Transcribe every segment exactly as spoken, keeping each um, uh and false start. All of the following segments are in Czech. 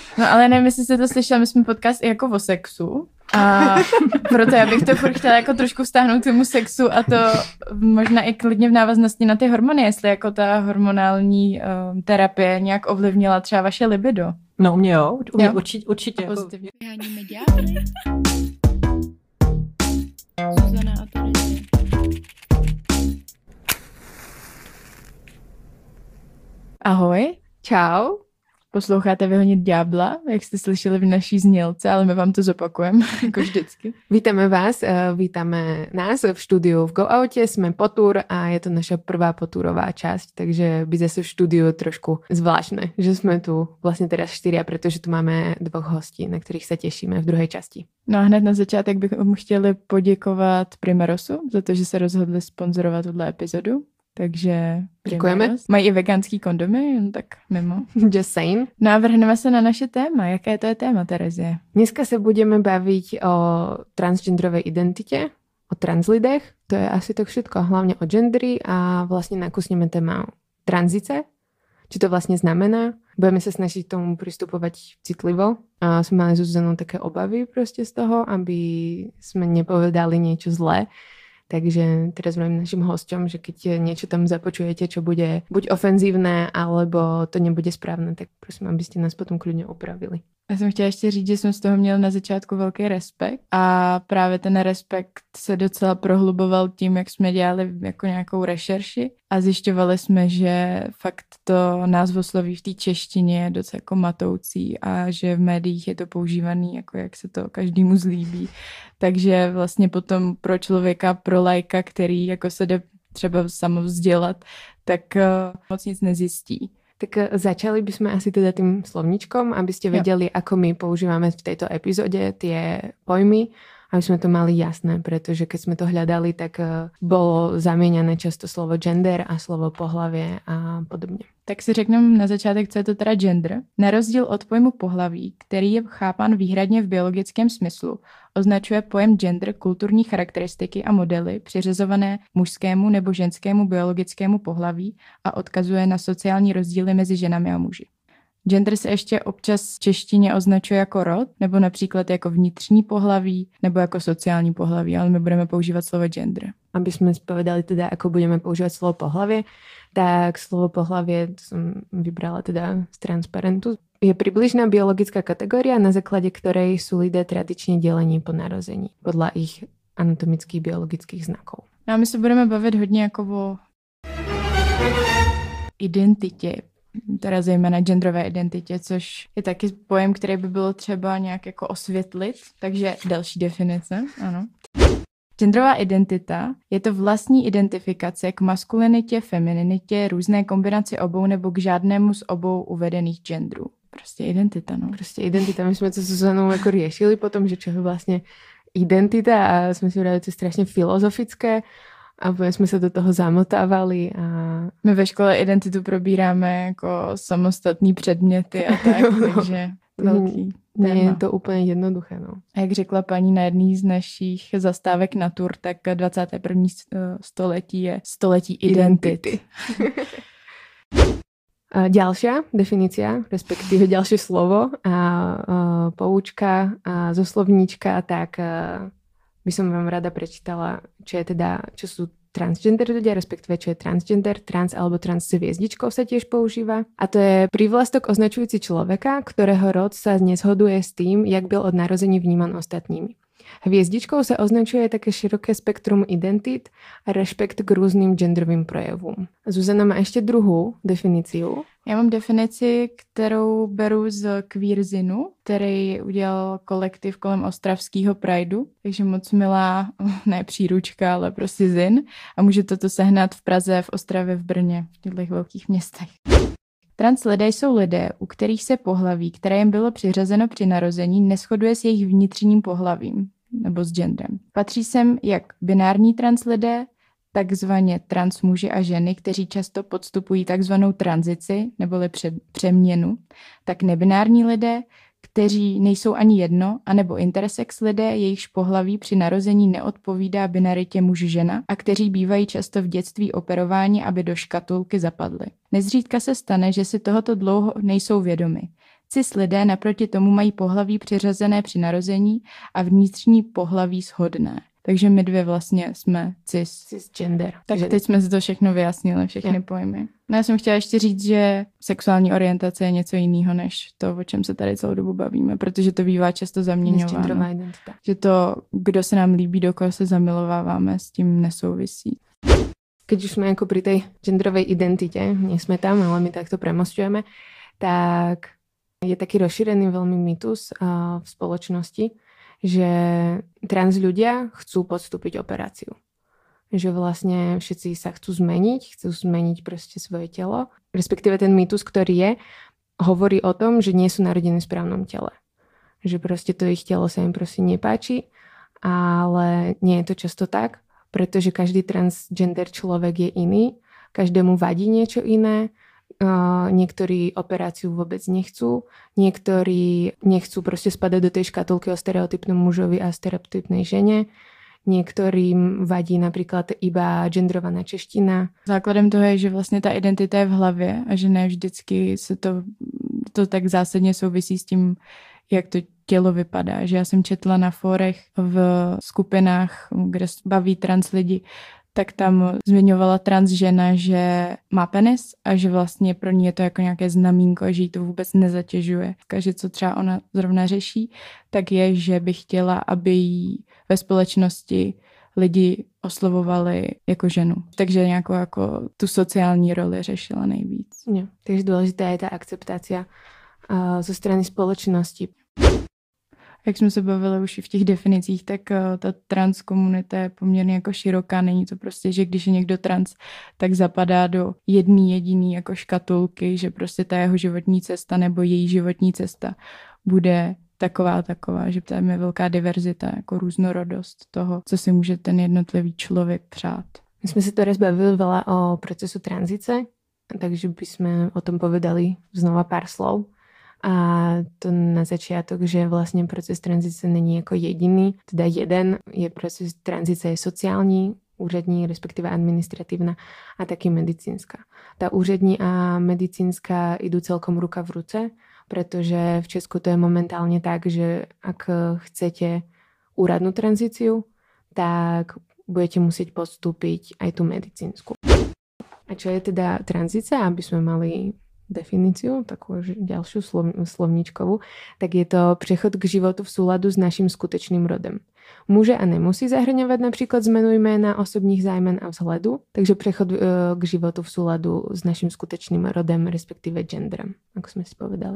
No ale nevím, jestli jste to slyšela, my jsme podcast i jako o sexu. A proto já bych to furt chtěla jako trošku vztáhnout tomu sexu a to možná i klidně v návaznosti na ty hormony, jestli jako ta hormonální um, terapie nějak ovlivnila třeba vaše libido. No u mě jo, u mě jo. určitě. určitě Pozitivně. Vyháníme ďábly. Zuzana a Terezie. Ahoj. Čau. Posloucháte Vyhonit ďábla, jak jste slyšeli v naší znělce, ale my vám to zopakujeme, jako vždycky. Vítame vás, vítame nás v štúdiu v GoOute, sme po túr a je to naša prvá potúrová časť, takže by zase v štúdiu trošku zvláštne, že sme tu vlastne teraz štyria, pretože tu máme dvoch hostí, na ktorých sa tešíme v druhej časti. No a hned na začátek bychom chtěli poděkovat Primerosu za to, že se rozhodli sponzorovat tuhle epizodu. Takže děkujeme. Mají i veganský kondomy, jen tak mimo. Just saying. No a vrhneme se na naše téma. Jaké to je téma, Terezie? Dneska sa budeme baviť o transgenderovej identite, o translidech. To je asi tak všetko, hlavne o gendry a vlastne nakusneme téma tranzice. Čo to vlastne znamená. Budeme sa snažiť k tomu pristupovať citlivo. A sme mali s Zuzanou také obavy proste z toho, aby sme nepovedali niečo zlé. Takže teraz vravím našim hosťom, že keď niečo tam započujete, čo bude buď ofenzívne, alebo to nebude správne, tak prosím, aby ste nás potom kľudne opravili. Já jsem chtěla ještě říct, že jsme z toho měli na začátku velký respekt a právě ten respekt se docela prohluboval tím, jak jsme dělali jako nějakou rešerši a zjišťovali jsme, že fakt to názvosloví v té češtině je docela jako matoucí a že v médiích je to používaný, jako jak se to každému zlíbí. Takže vlastně potom pro člověka, pro laika, který jako se jde třeba samovzdělat, tak moc nic nezjistí. Tak začali by sme asi teda tým slovníčkom, aby ste vedeli, jo. Ako my používame v tejto epizóde tie pojmy, aby sme to mali jasné, pretože keď sme to hľadali, tak bolo zamieňané často slovo gender a slovo pohlavie a podobně. Tak si řekneme na začátek, co je to teda gender. Na rozdíl od pojmu pohlaví, který je chápán výhradně v biologickém smyslu, označuje pojem gender kulturní charakteristiky a modely přiřazované mužskému nebo ženskému biologickému pohlaví a odkazuje na sociální rozdíly mezi ženami a muži. Gender se ještě občas v češtině označuje jako rod, nebo například jako vnitřní pohlaví, nebo jako sociální pohlaví, ale my budeme používat slovo gender. Aby sme spovedali teda, ako budeme používať slovo pohlavie, tak slovo pohlavie, to som vybrala teda z transparentu, je približná biologická kategória, na základe ktorej sú lidé tradične delení po narození, podľa ich anatomických biologických znakov. A my se budeme bavit hodně jako o identitě, teda zejména genderové identitě, což je taky pojem, který by bylo třeba nějak jako osvětlit, takže další definice, ano. Genderová identita je to vlastní identifikace k maskulinitě, femininitě, různé kombinaci obou nebo k žádnému z obou uvedených genderů. Prostě identita, no. Prostě identita. My jsme to s Zuzanou jako riešili potom, že čo je vlastně identita a jsme si vrali, to je strašně filozofické a jsme se do toho zamotávali. A my ve škole identitu probíráme jako samostatný předměty a tak, takže velký. Nie je to úplně jednoduché. No. A jak řekla paní na jedný z našich zastávek na tur, tak dvacáté první století je století identity. Ďalšia definícia, respektíve ďalšie slovo a, a poučka a zo slovníčka, tak a, by som vám rada prečítala, čo je teda, čo sú transgender ľudia, respektíve čo je transgender, trans alebo trans s hviezdičkou sa tiež používa. A to je prívlastok označujúci človeka, ktorého rod sa nezhoduje s tým, jak byl od narození vníman ostatními. Hviezdičkou sa označuje také široké spektrum identít a rešpekt k různým genderovým projevům. Zuzana má ještě druhou definíciu. Já mám definici, kterou beru z Queerzinu, který udělal kolektiv kolem ostravského Prideu, takže moc milá, ne příručka, ale prostě zin. A můžete to sehnat v Praze, v Ostravě, v Brně, v těchto velkých městech. Trans lidé jsou lidé, u kterých se pohlaví, které jim bylo přiřazeno při narození, neshoduje s jejich vnitřním pohlavím nebo s genderem. Patří sem jak binární trans lidé, takzvaně trans muži a ženy, kteří často podstupují takzvanou tranzici neboli před, přeměnu, tak nebinární lidé, kteří nejsou ani jedno, anebo intersex lidé, jejichž pohlaví při narození neodpovídá binaritě muž-žena a kteří bývají často v dětství operováni, aby do škatulky zapadli. Nezřídka se stane, že si tohoto dlouho nejsou vědomi. Cis lidé naproti tomu mají pohlaví přiřazené při narození a vnitřní pohlaví shodné. Takže my dvě vlastně jsme cis. Cisgender. Tak že... teď jsme si to všechno vyjasnili, všechny yeah. pojmy. No já jsem chtěla ještě říct, že sexuální orientace je něco jiného, než to, o čem se tady celou dobu bavíme, protože to bývá často zaměňováno. Že to, kdo se nám líbí, do koho se zamilováváme, s tím nesouvisí. Keď už sme ako pri tej genderovej identite, nie sme tam, ale my takto premosťujeme, tak je taký rozšírený veľmi mýtus uh, v spoločnosti, že trans ľudia chcú podstúpiť operáciu. Že vlastne všetci sa chcú zmeniť, chcú zmeniť proste svoje telo. Respektíve ten mýtus, ktorý je, hovorí o tom, že nie sú narodení v správnom tele. Že proste to ich telo sa im proste nepáči, ale nie je to často tak, pretože každý transgender človek je iný, každému vadí niečo iné, uh, niektorí operáciu vôbec nechcú, niektorí nechcú proste spadať do tej škatulky o stereotypnom mužovi a stereotypnej žene, niektorým vadí napríklad iba genderovaná čeština. Základem toho je, že vlastně ta identita je v hlavě a že ne vždycky se to, to tak zásadně souvisí s tím, jak to tělo vypadá. Že já jsem četla na fórech v skupinách, kde baví trans lidi, tak tam zmiňovala trans žena, že má penis a že vlastně pro ní je to jako nějaké znamínko, že jí to vůbec nezatěžuje. Že co třeba ona zrovna řeší, tak je, že by chtěla, aby jí ve společnosti lidi oslovovali jako ženu. Takže nějakou jako tu sociální roli řešila nejvíc. Jo, takže důležitá je ta akceptácia uh, zo strany společnosti. Jak jsme se bavili už i v těch definicích, tak uh, ta trans komunita je poměrně jako široká. Není to prostě, že když je někdo trans, tak zapadá do jedné jediný jako škatulky, že prostě ta jeho životní cesta nebo její životní cesta bude taková, taková, že tam je velká diverzita, jako různorodost toho, co si může ten jednotlivý člověk přát. My jsme si teraz bavili veľa o procesu tranzice, takže by sme o tom povedali znova pár slov. A to na začiatok, že vlastne proces tranzice není jako jediný, teda jeden je proces tranzice je sociální, úřední, respektíve administratívna a taky medicínska. Ta úřední a medicínska idú celkom ruka v ruce, pretože v Česku to je momentálne tak, že ak chcete úradnú tranzíciu, tak budete musieť podstúpiť aj tú medicínsku. A čo je teda tranzícia, aby sme mali definíciu, takú ďalšiu slov, slovníčkovú, tak je to přechod k životu v súladu s naším skutečným rodem. Môže a nemusí zahrňovať napríklad zmenu jména, osobních zájmen a vzhledu, takže přechod e, k životu v súladu s naším skutečným rodem, respektíve genderem, ako sme si povedali.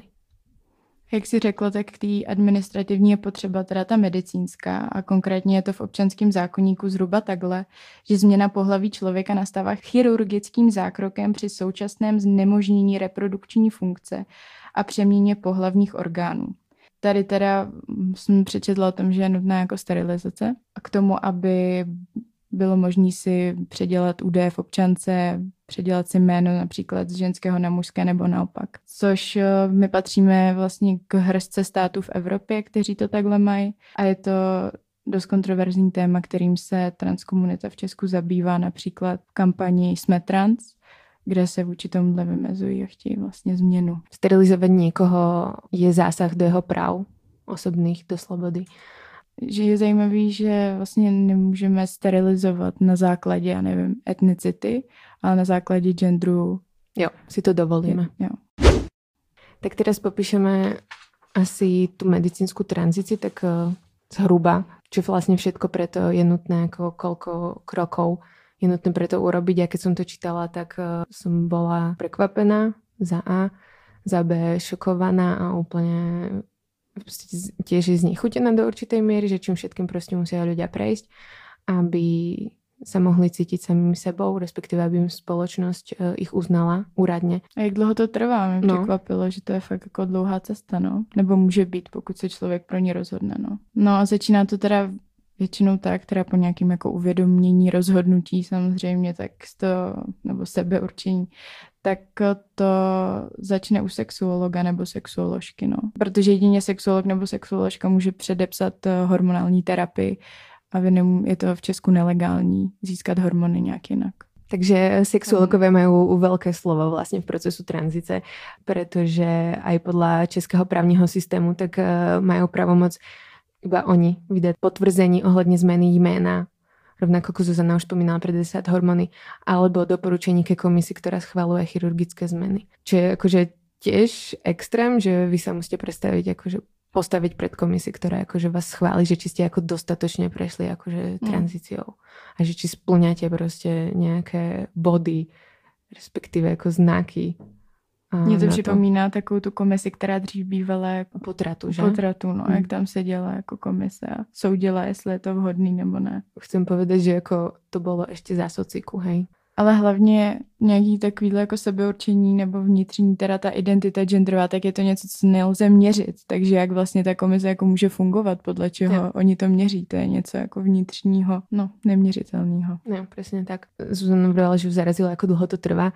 Jak jsi řekla, tak k té administrativní je potřeba teda ta medicínská a konkrétně je to v občanském zákoníku zhruba takhle, že změna pohlaví člověka nastává chirurgickým zákrokem při současném znemožnění reprodukční funkce a přeměně pohlavních orgánů. Tady teda jsem přečetla o tom, že je nutná jako sterilizace a k tomu, aby bylo možné si předělat údaje v občance, předělat si jméno například z ženského na mužské nebo naopak. Což my patříme vlastně k hrstce států v Evropě, kteří to takhle mají. A je to dost kontroverzní téma, kterým se transkomunita v Česku zabývá, například v kampani Jsme trans, kde se vůči tomuhle vymezují a chtějí vlastně změnu. Sterilizovat někoho je zásah do jeho práv osobných, do slobody. Že je zajímavý, že vlastně nemůžeme sterilizovat na základě, já nevím, etnicity, ale na základě genderu. Jo, si to dovolíme. Jo. Tak teraz popíšeme asi tú medicínsku tranzíciu, tak uh, zhruba, čo vlastne všetko preto je nutné, ako koľko krokov je nutné preto urobiť. A keď som to čítala, tak uh, som bola prekvapená za A, za B šokovaná a úplne tiež je znechutená do určitej miery, že čím všetkým proste musia ľudia prejsť, aby sa mohli cítiť samými sebou, respektíve aby im spoločnosť ich uznala úradne. A jak dlouho to trvá? Mě no. překvapilo, že to je fakt jako dlouhá cesta, no. Nebo může být, pokud se člověk pro ně rozhodne, no. No a začíná to teda většinou tak, teda po nějakým jako uvědomění, rozhodnutí samozřejmě, tak to, nebo sebeurčení, tak to začne u sexuologa nebo sexuoložky, no. Protože jedině sexuolog nebo sexuoložka může předepsat hormonální terapii a je to v Česku nelegální získat hormony nějak jinak. Takže sexuologové majú veľké slovo vlastne v procesu tranzice, pretože aj podľa českého právneho systému tak majú pravomoc iba oni vydať potvrzení ohľadne zmeny jména, rovnako ako Zuzana už spomínala pred desať hormóny, alebo doporučení ke komisii, ktorá schvaľuje chirurgické zmeny. Čo je akože tiež extrém, že vy sa musíte predstaviť akože postaviť pred komisii, ktorá akože vás schváli, že či ste ako dostatočne prešli akože tranzíciou. Mm. A že či splňate proste nejaké body, respektíve ako znaky. Mně to připomíná to. Takovou tu komisi, která dřív bývala jako potratu, že? Potratu, no, mm. jak tam seděla jako komise a soudila, jestli je to vhodný nebo ne. Chcem povedať, že jako to bylo ještě za sociku, hej? Ale hlavně nějaký takovýhle jako sebeurčení nebo vnitřní, teda ta identita genderová, tak je to něco, co nelze měřit. Takže jak vlastně ta komise jako může fungovat, podle čeho no. oni to měří. To je něco jako vnitřního, no, neměřitelného. No, přesně tak. Zuzana povedala, že už zarazila, ako dlho to trvá.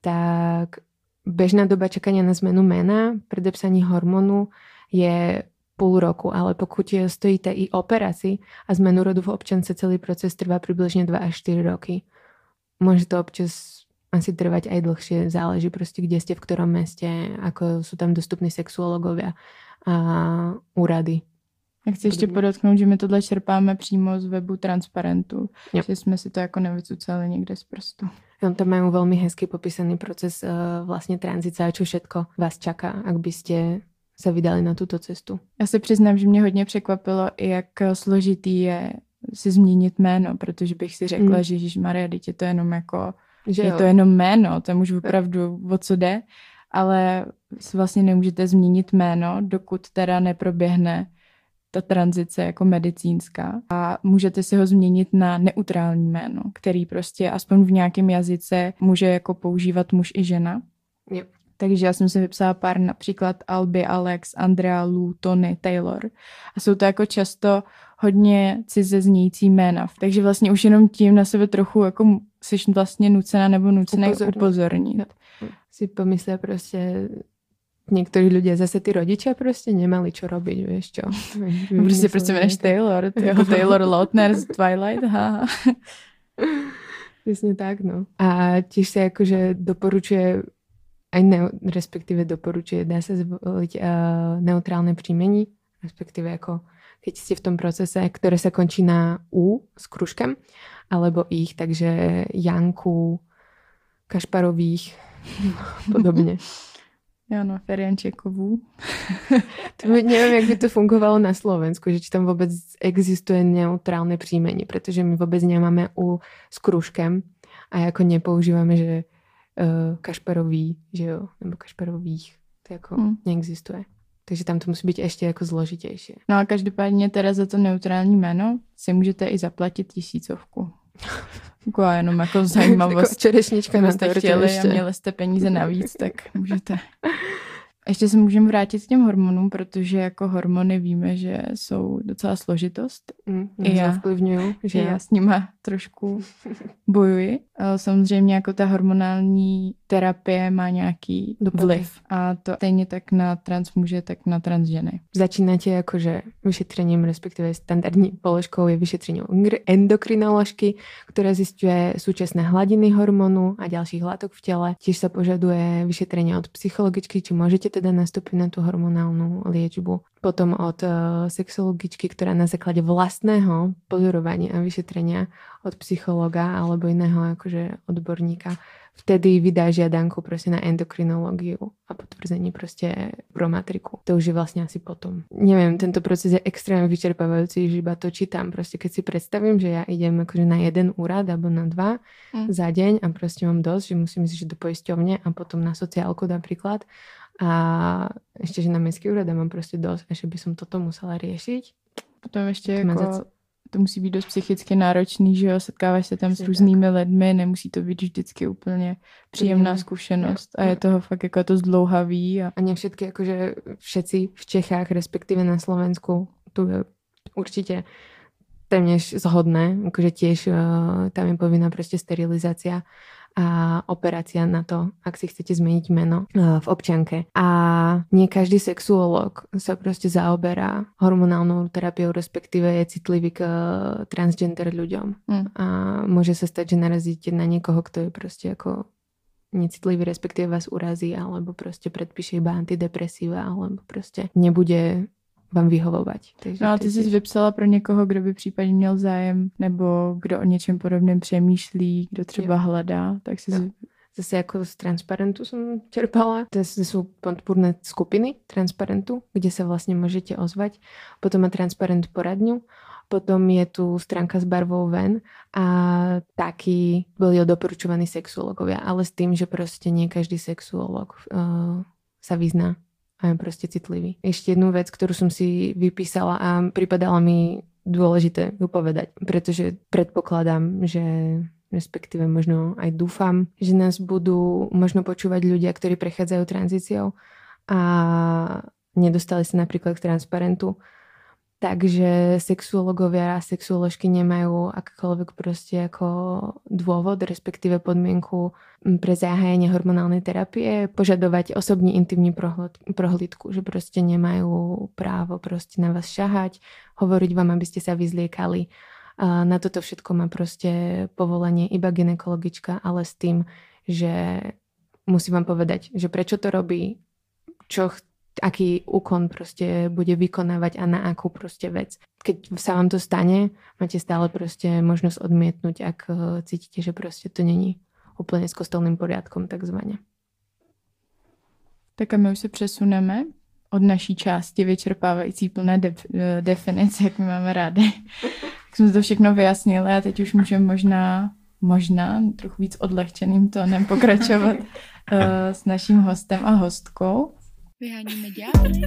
Tak bežná doba čakania na zmenu mena, predepsaní hormónu je půl roku, ale pokud stojíte i operaci a zmenu rodu v občance, celý proces trvá přibližně dva až čtyři roky. Môže to občas asi trvať aj dlhšie, záleží proste, kde ste, v ktorom meste, ako sú tam dostupní sexuologovia a úrady. Já chci ještě podotknout, že my tohle čerpáme přímo z webu Transparentu, jo. Že jsme si to jako nevycucali někde z prstu. On tam majú veľmi hezký popísaný proces uh, vlastne tranzice a čo všetko vás čaká, ak by ste sa vydali na túto cestu. Já se přiznám, že mě hodně překvapilo, jak složitý je si změnit jméno, protože bych si řekla, mm. že ježišmarja, dítě to jenom jako, že je jo. to jenom jméno, tam už opravdu o co jde, ale si vlastně nemůžete změnit jméno, dokud teda neproběhne ta tranzice jako medicínská a můžete si ho změnit na neutrální jméno, který prostě aspoň v nějakém jazyce může jako používat muž i žena. Jo. Takže já jsem si vypsala pár, například Alby, Alex, Andrea, Lou, Tony, Taylor. A jsou to jako často hodně cize znějící jména. Takže vlastně už jenom tím na sebe trochu jako jsi vlastně nucená nebo nucená upozornit. upozornit. Si pomyslia prostě niektorí ľudia, zase tí rodičia prostě nemali čo robiť, vieš čo. Prostě proč se jmenuješ Taylor? Jako Taylor Lautner z Twilight? Ha. Presne tak, no. A tiež sa akože doporučuje aj ne, respektíve doporučuje, dá sa zvoliť uh, neutrálne příjmení, respektíve ako keď ste v tom procese, ktoré sa končí na U s kružkem, alebo ich, takže Janku, Kašparových, podobne. Áno, Feriančekovú. To neviem, jak by to fungovalo na Slovensku, že či tam vôbec existuje neutrálne příjmení, pretože my vôbec nemáme U s kružkem a ako nepoužívame, že uh, Kašparový, že jo, nebo Kašparových, to jako hmm. neexistuje. Takže tam to musí být ještě jako zložitější. No a každopádně teda za to neutrální jméno si můžete i zaplatit tisícovku. Jako jenom jako zajímavost. Jako čerešnička na tortě chtěli ještě. A měli jste peníze navíc, tak můžete. Ještě se můžeme vrátit k těm hormonům, protože jako hormony víme, že jsou docela složitost. Mm, I já vplyvňuju, že já s nima trošku bojuji. Samozřejmě jako ta hormonální terapie má nějaký Dopady. vliv. A to stejně tak na trans muže, tak na trans ženy. Začínáte jakože vyšetřením, respektive standardní položkou je vyšetření endokrinoložky, která zjišťuje súčasné hladiny hormonu a ďalších látok v těle. Tiež sa požaduje vyšetrenie od psychologičky, či môžete teda nastúpiť na tú hormonálnu liečbu. Potom od uh, sexologičky, ktorá na základe vlastného pozorovania a vyšetrenia od psychologa alebo iného akože odborníka vtedy vydá žiadanku proste na endokrinológiu a potvrzení proste pro matriku. To už je vlastne asi potom. Neviem, tento proces je extrémne vyčerpávajúci, že iba to čítam. Proste keď si predstavím, že ja idem akože na jeden úrad alebo na dva mm. za deň a proste mám dosť, že musím ísť do poisťovne a potom na sociálku napríklad a ešte, že na mestský úrad mám proste dosť a že by som toto musela riešiť. Potom ještě jako to musí být dost psychicky náročný, že jo, setkáváš se tam s různými lidmi, nemusí to být vždycky úplně příjemná zkušenost a je toho fakt jako to zdlouhavý. A, a ne všetky, jakože všetci v Čechách, respektíve na Slovensku, tu je určitě téměř zhodné, akože tiež uh, tam je povinná proste sterilizácia a operácia na to, ak si chcete zmeniť meno v občianke. A nie každý sexuológ sa proste zaoberá hormonálnou terapiou, respektíve je citlivý k transgender ľuďom. Mm. A môže sa stať, že narazíte na niekoho, kto je proste ako necitlivý, respektíve vás urazí, alebo proste predpíše iba antidepresíva, alebo proste nebude vám vyhovovat. Takže no a ty jsi vypsala pro někoho, kdo by případně měl zájem, nebo kdo o něčem podobném přemýšlí, kdo třeba jo. hledá, tak si... No. Zase jako z Transparentu som čerpala. To sú podpůrné skupiny Transparentu, kde sa vlastne môžete ozvať. Potom má Transparent poradňu. Potom je tu stránka s barvou ven a taký boli doporučovaní sexuologovia, ale s tým, že proste nie každý sexuolog uh, sa vyzná a je proste citlivý. Ešte jednu vec, ktorú som si vypísala a pripadala mi dôležité ju povedať, pretože predpokladám, že respektíve možno aj dúfam, že nás budú možno počúvať ľudia, ktorí prechádzajú tranzíciou a nedostali sa napríklad k Transparentu. Takže sexuologovia a sexuoložky nemajú akékoľvek proste ako dôvod, respektíve podmienku pre zahájenie hormonálnej terapie požadovať osobní intimní prohlídku, že proste nemajú právo proste na vás šahať, hovoriť vám, aby ste sa vyzliekali. Na toto všetko má proste povolenie iba gynekologička, ale s tým, že musí vám povedať, že prečo to robí, čo chce, aký úkon proste bude vykonávať a na akú proste vec. Keď sa vám to stane, máte stále proste možnosť odmietnúť, ak cítite, že proste to není úplne s kostolným poriadkom, takzvaně. Tak a my už se přesuneme od naší části vyčerpávající plné def- definice, jak my máme rádi. Tak jsme to všechno vyjasnili a teď už můžeme možná, možná trochu víc odlehčeným tónem pokračovat uh, s naším hostem a hostkou. Vyháníme ďábly.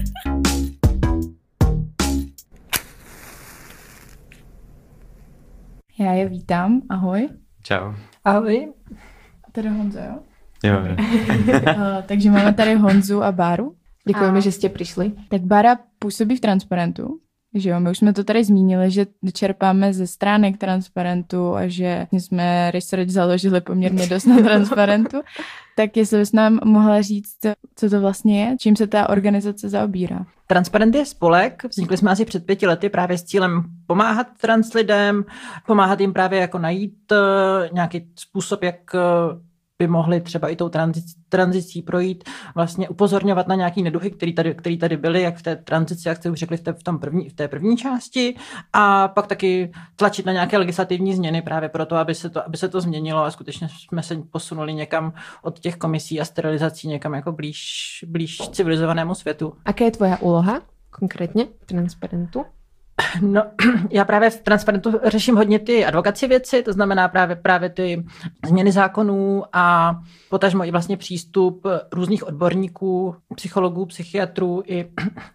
Já je vítám. Ahoj. Čau. Ahoj. A tady Honzo, jo? Jo, jo. uh, takže máme tady Honzu a Báru. Děkujeme, a... že jste přišli. Tak Bára působí v Transparentu. Že jo, my už jsme to tady zmínili, že čerpáme ze stránek Transparentu a že jsme research založili poměrně dost na Transparentu. Tak jestli bys nám mohla říct, co to vlastně je, čím se ta organizace zaobírá? Transparent je spolek, vznikli jsme asi před pěti lety právě s cílem pomáhat trans lidem, pomáhat jim právě jako najít uh, nějaký způsob, jak uh, by mohli třeba i tou tranzicí, tranzicí projít, vlastně upozorňovat na nějaký neduhy, které tady, který tady byly, jak v té tranzici, jak jste už řekli v té, v tom první, v té první části, a pak taky tlačit na nějaké legislativní změny právě proto, aby se to, aby se to změnilo a skutečně jsme se posunuli někam od těch komisí a sterilizací někam jako blíž, blíž civilizovanému světu. Aká je tvoja úloha konkrétně v Transparentu? No, já právě v Transparentu řeším hodně ty advokaci věci, to znamená právě, právě ty změny zákonů a potažmo i vlastně přístup různých odborníků, psychologů, psychiatrů i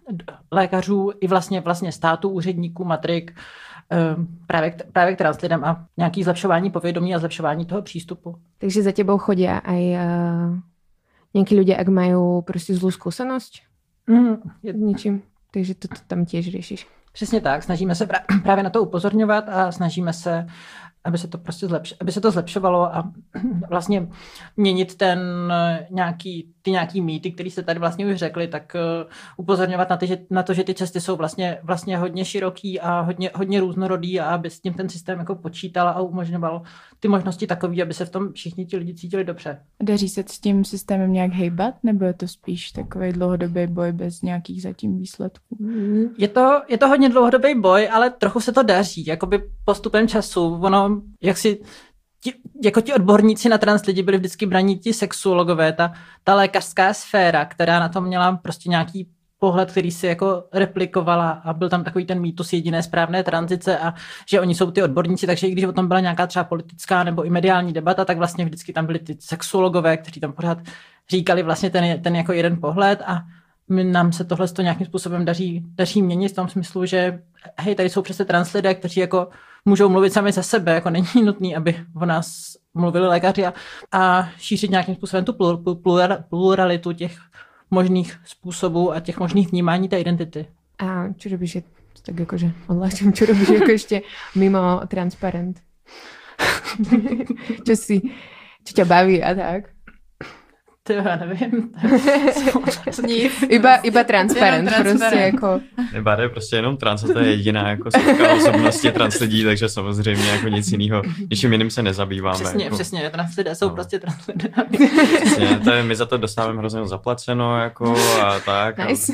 lékařů, i vlastně, vlastně států, úředníků, matrik, právě k, právě k trans lidem a nějaký zlepšování povědomí a zlepšování toho přístupu. Takže za tebou chodí aj uh, nějaký lidé, jak mají prostě zlou zkušenost mm, je... něčím, takže to, to tam těž řešíš. Přesně tak, snažíme se právě na to upozorňovat a snažíme se, aby se to prostě zlepš- aby se to zlepšovalo a vlastně měnit ten nějaký, ty nějaký mýty, který jste tady vlastně už řekli, tak uh, upozorňovat na, ty, že, na to, že ty cesty jsou vlastně, vlastně hodně široký a hodně, hodně různorodý a aby s tím ten systém jako počítal a umožňoval ty možnosti takový, aby se v tom všichni ti lidi cítili dobře. Daří se s tím systémem nějak hejbat, nebo je to spíš takový dlouhodobý boj bez nějakých zatím výsledků? Je to, je to hodně dlouhodobý boj, ale trochu se to daří, jakoby postupem času. Ono, jak si ti, jako ti odborníci na trans lidi byli vždycky braní ti sexuologové, ta, ta lékařská sféra, která na to měla prostě nějaký pohled, který si jako replikovala a byl tam takový ten mýtus jediné správné tranzice a že oni jsou ty odborníci, takže i když o tom byla nějaká třeba politická nebo i mediální debata, tak vlastně vždycky tam byli ty sexuologové, kteří tam pořád říkali vlastně ten, ten jako jeden pohled a my, nám se tohle to nějakým způsobem daří, daří měnit v tom smyslu, že hej, tady jsou přece trans lidé, kteří jako můžou mluvit sami za sebe, jako není nutný, aby o nás mluvili lékaři a, a šířit nějakým způsobem tu pluralitu těch možných způsobů a těch možných vnímání té identity. A čo robíš, je, tak jakože odláčím, čo robíš jako ještě mimo Transparent? čo si, Co tě baví a tak? Ty já nevím. Nic. Iba, iba transparent, Jenom prostě transparent. jako. Bára je prostě jenom trans, a to je jediná jako skupka osobnosti trans lidí, takže samozřejmě jako nic jiného, ničím jiným se nezabýváme. Přesně, jako. přesně, trans lidé jsou No. prostě trans lidé. Přesně, to je, my za to dostáváme hrozně zaplaceno jako a tak. Nice.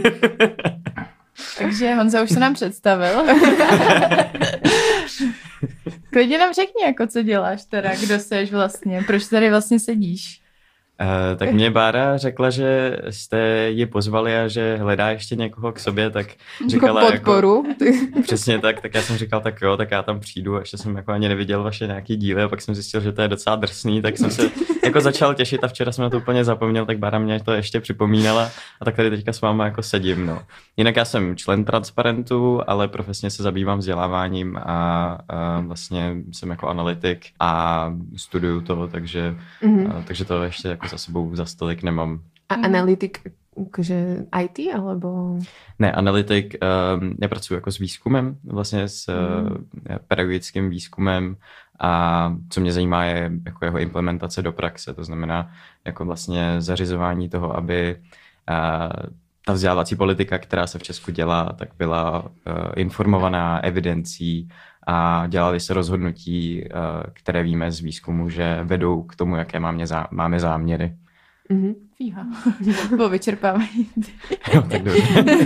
Takže Honza už se nám představil. Klidně nám řekni, jako co děláš teda, kdo seš vlastně, proč tady vlastně sedíš. Uh, tak mě Bára řekla, že jste ji pozvali a že hledá ještě někoho k sobě, tak říkala Jako podporu. Jako, přesně tak, tak já jsem říkal, tak jo, tak já tam přijdu, a ještě jsem jako ani neviděl vaše nějaký díly a pak jsem zjistil, že to je docela drsný, tak jsem se jako začal těšit a včera jsem na to úplně zapomněl, tak Bára mě to ještě připomínala a tak tady teďka s váma jako sedím, no. Jinak já jsem člen Transparentu, ale profesně se zabývám vzděláváním a, a vlastně jsem jako analytik a studuju to, takže, Mhm. a, takže to ještě jako za sebou za stolik nemám. A analytik, jakože í té, alebo... Ne, analytik, um, já pracuji jako s výzkumem, vlastně s uh, pedagogickým výzkumem a co mě zajímá je jako jeho implementace do praxe, to znamená jako vlastně zařizování toho, aby uh, ta vzdělávací politika, která se v Česku dělá, tak byla uh, informovaná evidencí a dělali se rozhodnutí, uh, které víme z výzkumu, že vedou k tomu, jaké máme, zá, máme záměry. Mhm. Fíha. Bylo vyčerpávají. Jo, tak dobře.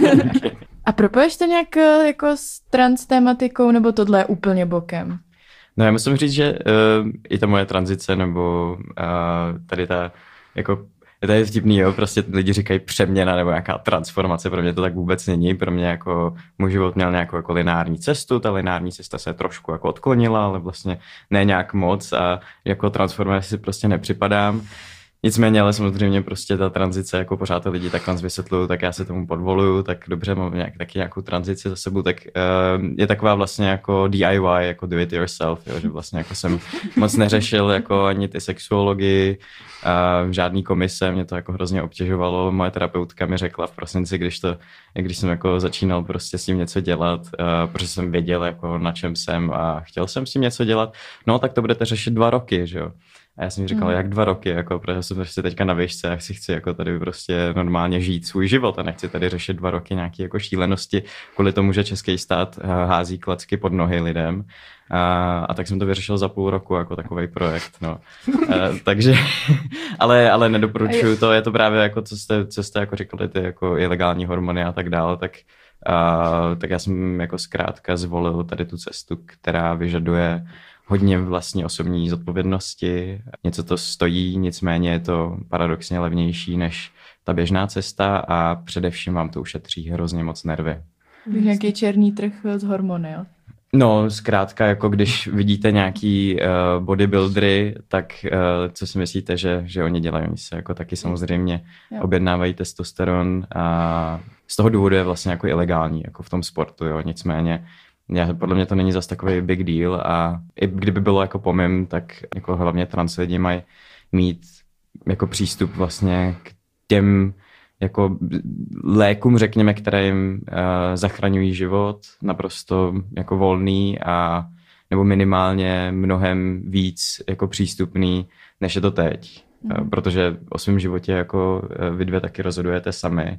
A propoješ to nějak eh, jako s trans tématikou, nebo tohle je úplně bokem? No já musím říct, že uh, i ta moje tranzice, nebo uh, tady ta, jako, to je vtipný, jo, prostě lidi říkají přeměna nebo nějaká transformace, pro mě to tak vůbec není, pro mě jako můj život měl nějakou jako lineární cestu, ta lineární cesta se trošku jako odklonila, ale vlastně ne nějak moc a jako transformace si prostě nepřipadám. Nicméně, ale samozřejmě prostě ta tranzice, jako pořád to lidi takhle vysvětlují, tak já se tomu podvoluju, tak dobře, mám nějak, taky nějakou tranzici za sebou, tak uh, je taková vlastně jako D I Y, jako do it yourself, jo, že vlastně jako jsem moc neřešil jako ani ty sexuologii, uh, žádný komise, mě to jako hrozně obtěžovalo, moje terapeutka mi řekla v prosinci, když to, když jsem jako začínal prostě s tím něco dělat, uh, protože jsem věděl jako na čem jsem a chtěl jsem s tím něco dělat, no tak to budete řešit dva roky, že jo. A já jsem mi říkal, mm. jak dva roky, jako, protože jsem prostě teďka na výšce a chci, chci jako tady prostě normálně žít svůj život a nechci tady řešit dva roky nějaké jako šílenosti kvůli tomu, že český stát hází klacky pod nohy lidem. A, a tak jsem to vyřešil za půl roku jako takovej projekt, no. A, takže, ale, ale nedoporučuju to, je to právě jako, co jste, co jste jako říkali, ty jako ilegální hormony a tak dále, tak, a, tak já jsem jako zkrátka zvolil tady tu cestu, která vyžaduje hodně vlastní osobní zodpovědnosti. Něco to stojí, nicméně je to paradoxně levnější než ta běžná cesta a především vám to ušetří hrozně moc nervy. Nějaký černý trh s hormony, jo? No, zkrátka, jako když vidíte nějaký uh, bodybuildery, tak uh, co si myslíte, že, že oni dělají? Oni se jako taky samozřejmě jo. objednávají testosteron a z toho důvodu je vlastně jako ilegální, jako v tom sportu, jo, nicméně já, podle mě to není zas takový big deal a i kdyby bylo jako po mým, tak jako hlavně trans lidi mají mít jako přístup vlastně k těm jako lékům, řekněme, které jim uh, zachraňují život, naprosto jako volný a nebo minimálně mnohem víc jako přístupný, než je to teď. Mm. Uh, protože o svém životě jako uh, vy dvě taky rozhodujete sami.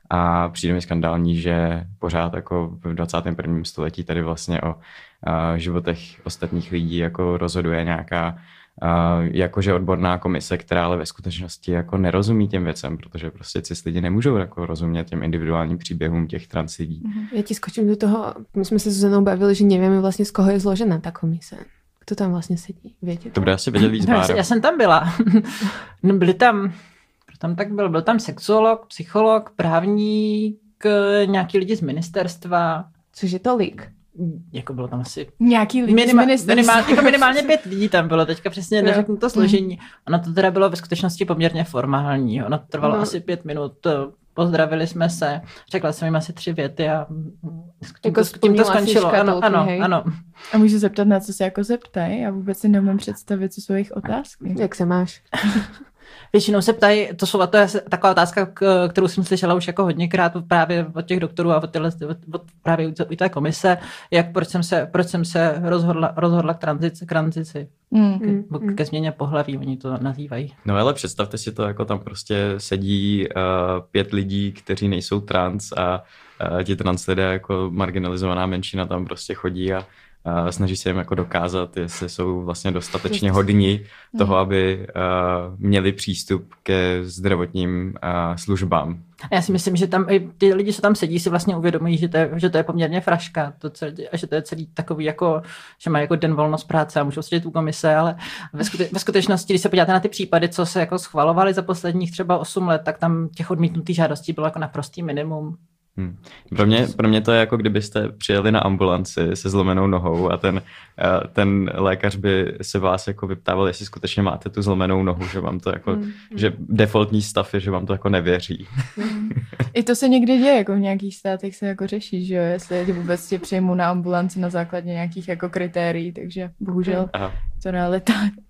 A přijde mi skandální, že pořád jako v dvacátém prvním století tady vlastně o uh, životech ostatních lidí jako rozhoduje nějaká uh, jakože odborná komise, která ale ve skutečnosti jako nerozumí těm věcem, protože prostě cis lidi nemůžou jako rozumět těm individuálním příběhům těch trans lidí. Ja ti skočím do toho, my jsme se s Zuzanou bavili, že nevieme vlastně z koho je zložená ta komise. Kdo tam vlastně sedí, viete? To bude asi vědět víc, No, já, Bára. já jsem tam byla. Byli tam, kdo tam tak byl? Byl tam sexuolog, psycholog, právník, nějaký lidi z ministerstva. Což je tolik. Jako bylo tam asi Nějaký lidi Minima, z ministerstva. minimál, jako minimálně pět lidí tam bylo, teďka přesně neřeknu to složení. Mm. Ono to teda bylo ve skutečnosti poměrně formální. Ono to trvalo No. asi pět minut. Pozdravili jsme se, řekla jsem jim asi tři věty a tím, Jako to, tím to splnila si skončilo. Ano, škatulky, ano, hej. ano. A můžu zeptat, na co se jako zeptají? Já vůbec si neumím představit, co jsou jejich otázky. Jak se máš? Většinou se ptají, to jsou to je taková otázka, kterou jsem slyšela už jako hodněkrát právě od těch doktorů a od, tyhle, od, od právě u té komise, jak proč jsem se, proč jsem se rozhodla, rozhodla k tranzici, k tranzici. Mm. Ke, ke změně pohlaví, oni to nazývají. No ale představte si to, jako tam prostě sedí uh, pět lidí, kteří nejsou trans a uh, ti trans lidé jako marginalizovaná menšina tam prostě chodí a Uh, snaží se jim jako dokázat, jestli jsou vlastně dostatečně hodní toho, aby uh, měli přístup ke zdravotním uh, službám. Já si myslím, že tam i ty lidi, co tam sedí, si vlastně uvědomují, že to je, že to je poměrně fraška to celé, a že to je celý takový jako, že mají jako den volno z práce a můžou sedět u komise, ale ve, skute, ve skutečnosti, když se podíváte na ty případy, co se jako schvalovaly za posledních třeba osm let, tak tam těch odmítnutých žádostí bylo jako naprostý minimum. Hmm. Pro mě, pro mě to je jako kdybyste přijeli na ambulanci se zlomenou nohou a ten, ten lékař by se vás jako vyptával, jestli skutečně máte tu zlomenou nohu, že vám to jako, hmm. že defaultní stav je, že vám to jako nevěří. Hmm. I to se někdy děje, jako v nějakých státech se jako řeší, že jo, jestli vůbec tě přijmou na ambulanci na základě nějakých jako kritérií, takže bohužel Aha. to realita.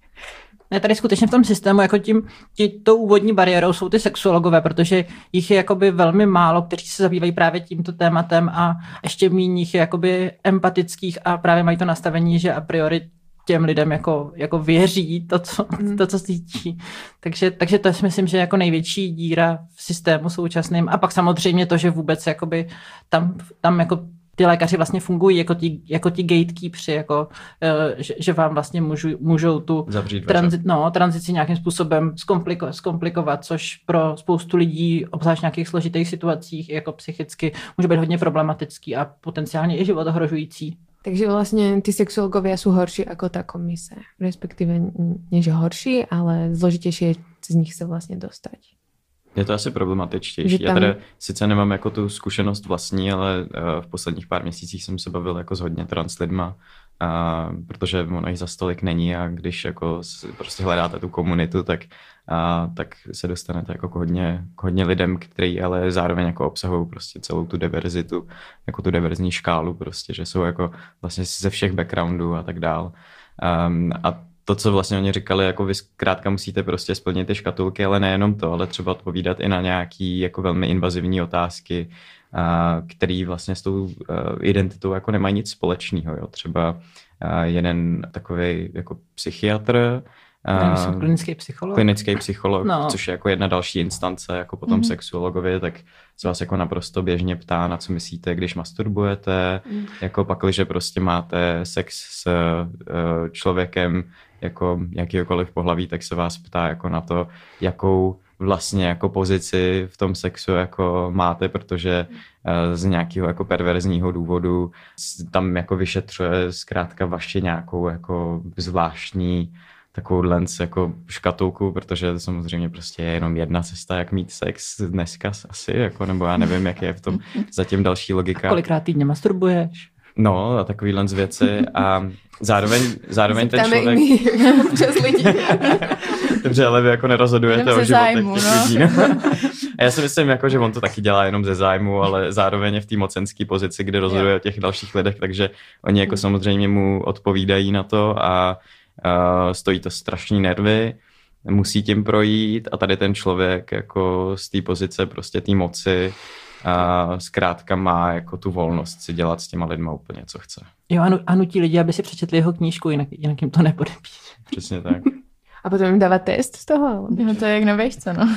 Ne, tady skutečně v tom systému, jako tím, tí, tou úvodní bariérou jsou ty sexuologové, protože jich je jakoby velmi málo, kteří se zabývají právě tímto tématem a ještě méně jich je jakoby empatických a právě mají to nastavení, že a priori těm lidem jako, jako věří to, co, to, co cítí. Takže, takže to si myslím, že je jako největší díra v systému současným. A pak samozřejmě to, že vůbec jakoby tam, tam jako ty lékaři vlastně fungují jako ti, jako ti gatekeepři, jako, že, že vám vlastně můžu, můžou tu tranzi, no, tranzici nějakým způsobem zkompliko, zkomplikovat, což pro spoustu lidí, obzvlášť v nějakých složitých situacích, jako psychicky, může být hodně problematický a potenciálně i život ohrožující. Takže vlastně ty sexuologové jsou horší jako ta komise, respektive než horší, ale zložitější je z nich se vlastně dostat. Je to asi problematičtější. Tam... Já teda sice nemám jako tu zkušenost vlastní, ale uh, v posledních pár měsících jsem se bavil jako s hodně trans lidma, uh, protože ono jich za stolik není a když jako prostě hledáte tu komunitu, tak, uh, tak se dostanete jako k hodně, k hodně lidem, který ale zároveň jako obsahují prostě celou tu diverzitu, jako tu diverzní škálu prostě, že jsou jako vlastně ze všech backgroundů a tak dál. Um, a to, co vlastně oni říkali, jako vy zkrátka musíte prostě splnit ty škatulky, ale nejenom to, ale třeba odpovídat i na nějaký jako velmi invazivní otázky, který vlastně s tou identitou jako nemají nic společného. Jo. Třeba jeden takový jako psychiatr, Uh, klinický psycholog. Klinický psycholog, no. Což je jako jedna další instance, jako potom mm-hmm. sexuologovi, tak se vás jako naprosto běžně ptá, na co myslíte, když masturbujete, mm. jako pakliže prostě máte sex s uh, člověkem jako jakýkoliv pohlaví, tak se vás ptá jako na to, jakou vlastně jako pozici v tom sexu jako máte, protože uh, z nějakého jako perverzního důvodu tam jako vyšetřuje zkrátka vaši nějakou jako zvláštní takovou lens jako škatulku, protože samozřejmě prostě je jenom jedna cesta, jak mít sex dneska asi, jako, nebo já nevím, jak je v tom zatím další logika. Kolikrát týdně masturbuješ? No, a takový lens věci a zároveň, zároveň ten člověk... přes lidi. Dobře, ale vy jako nerozhodujete o životech těch no. lidí. No? A já si myslím, jako, že on to taky dělá jenom ze zájmu, ale zároveň je v té mocenské pozici, kde rozhoduje yeah. o těch dalších lidech, takže oni jako samozřejmě mu odpovídají na to a Uh, stojí to strašný nervy, musí tím projít a tady ten člověk jako z té pozice prostě té moci uh, zkrátka má jako tu volnost si dělat s těma lidma úplně, co chce. Jo, a nutí lidi, aby si přečetli jeho knížku, jinak, jinak jim to nepodepíše. Přesně tak. A potom jim dává test z toho? No to je jak na vejšce, no.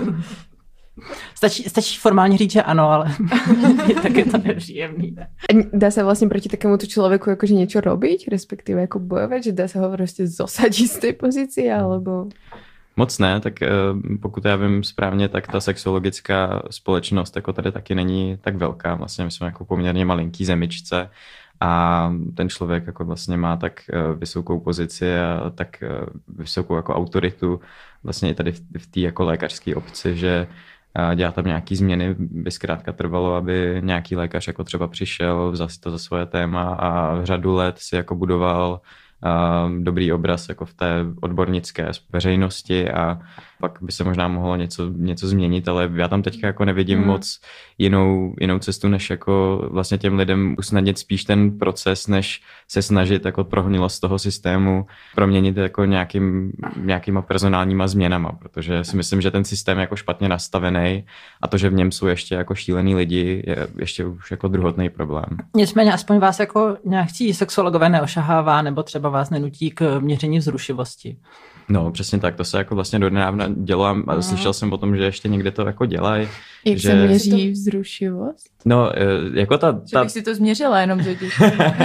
Stačí, stačí formálně říct, že ano, ale tak je to nepříjemný. Ne? Dá se vlastně proti takémuto člověku jakože něco robiť, respektive jako bojovat, že dá se ho prostě zosadit z té pozici, alebo... Moc ne, tak pokud já vím správně, tak ta sexologická společnost jako tady taky není tak velká. Vlastně my jsme jako poměrně malinký zemičce a ten člověk jako vlastně má tak vysokou pozici a tak vysokou jako autoritu vlastně i tady v té jako lékařské obci, že dělat tam nějaký změny, by zkrátka trvalo, aby nějaký lékař jako třeba přišel, vzal si to za svoje téma a v řadu let si jako budoval uh, dobrý obraz jako v té odbornické veřejnosti a pak by se možná mohlo něco, něco změnit, ale já tam teďka jako nevidím Hmm. moc jinou, jinou cestu, než jako vlastně těm lidem usnadnit spíš ten proces, než se snažit jako prohnilost toho systému proměnit jako nějakým, nějakýma personálníma změnama, protože si myslím, že ten systém je jako špatně nastavený a to, že v něm jsou ještě jako šílený lidi, je ještě už jako druhotný problém. Nicméně aspoň vás jako nějaký sexologové neošahává nebo třeba vás nenutí k měření vzrušivosti. No, přesně tak, to se jako vlastně dodnávna dělám a slyšel jsem o tom, že ještě někde to jako dělají. Jak že... se měří vzrušivost? No, jako ta... Že ta... bych si to změřila jenom totiž.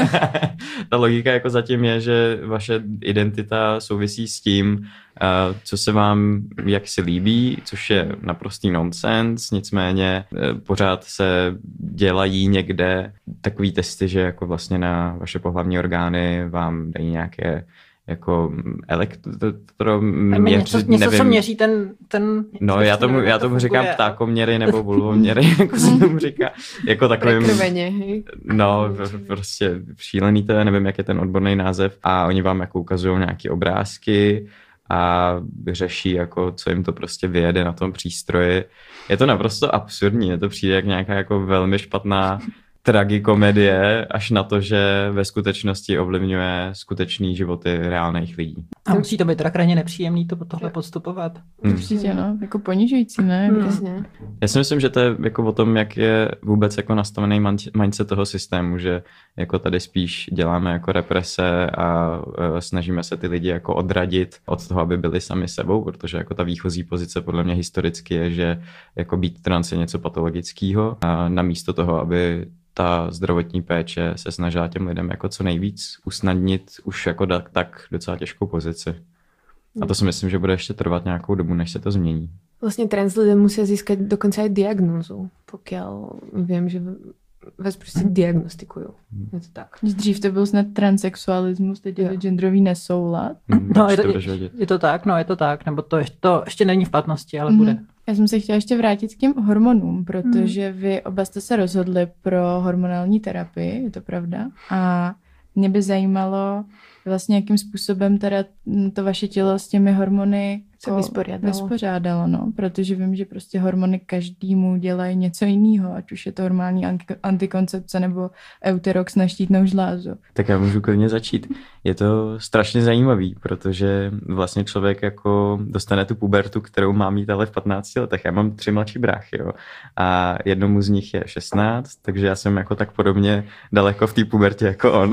Ta logika jako zatím je, že vaše identita souvisí s tím, co se vám jak si líbí, což je naprostý nonsens, nicméně pořád se dělají někde takový testy, že jako vlastně na vaše pohlavní orgány vám dají nějaké jako elektro... Něco, něco co měří ten... ten no já tomu, já tomu říkám ptákoměry nebo vulvoměry, jako se tomu říká. Jako takovým... Prekrveně, hej? No, prostě šílený to je, nevím, jak je ten odborný název. A oni vám jako ukazují nějaké obrázky a řeší, jako, co jim to prostě vyjede na tom přístroji. Je to naprosto absurdní, je to přijde jak nějaká jako velmi špatná tragikomedie, až na to, že ve skutečnosti ovlivňuje skutečný životy reálných lidí. A musí to být teda krajně nepříjemný to tohle podstupovat. Hmm. Určitě, no. Jako ponižující, ne? Jasně. Já si myslím, že to je jako o tom, jak je vůbec jako nastavený mindset toho systému, že jako tady spíš děláme jako represe a uh, snažíme se ty lidi jako odradit od toho, aby byli sami sebou, protože jako ta výchozí pozice podle mě historicky je, že jako být trans je něco patologického a namísto toho, aby ta zdravotní péče se snažila těm lidem jako co nejvíc usnadnit už jako da, tak docela těžkou pozici. A to si myslím, že bude ještě trvat nějakou dobu, než se to změní. Vlastně trans lidé musí získat dokonce i diagnózu, pokud vím, že vás prostě diagnostikují. Je to tak. Dřív to byl snad transsexualismus, teď je to genderový nesoulad. No, je to, je, je to tak, no je to tak, nebo to ještě, to ještě není v platnosti, ale mm-hmm. bude. Já jsem se chtěla ještě vrátit k těm hormonům, protože vy oba jste se rozhodli pro hormonální terapii, je to pravda? A mě by zajímalo vlastně, jakým způsobem teda to vaše tělo s těmi hormony se vyspořádalo. vyspořádalo, no, protože vím, že prostě hormony každému dělají něco jiného, ať už je to hormonální antikoncepce nebo Euterox na štítnou žlázu. Tak já můžu klidně začít. Je to strašně zajímavý, protože vlastně člověk jako dostane tu pubertu, kterou má mít ale v patnácti letech. Já mám tři mladší bráchy, jo. A jednomu z nich je šestnáct, takže já jsem jako tak podobně daleko v té pubertě jako on.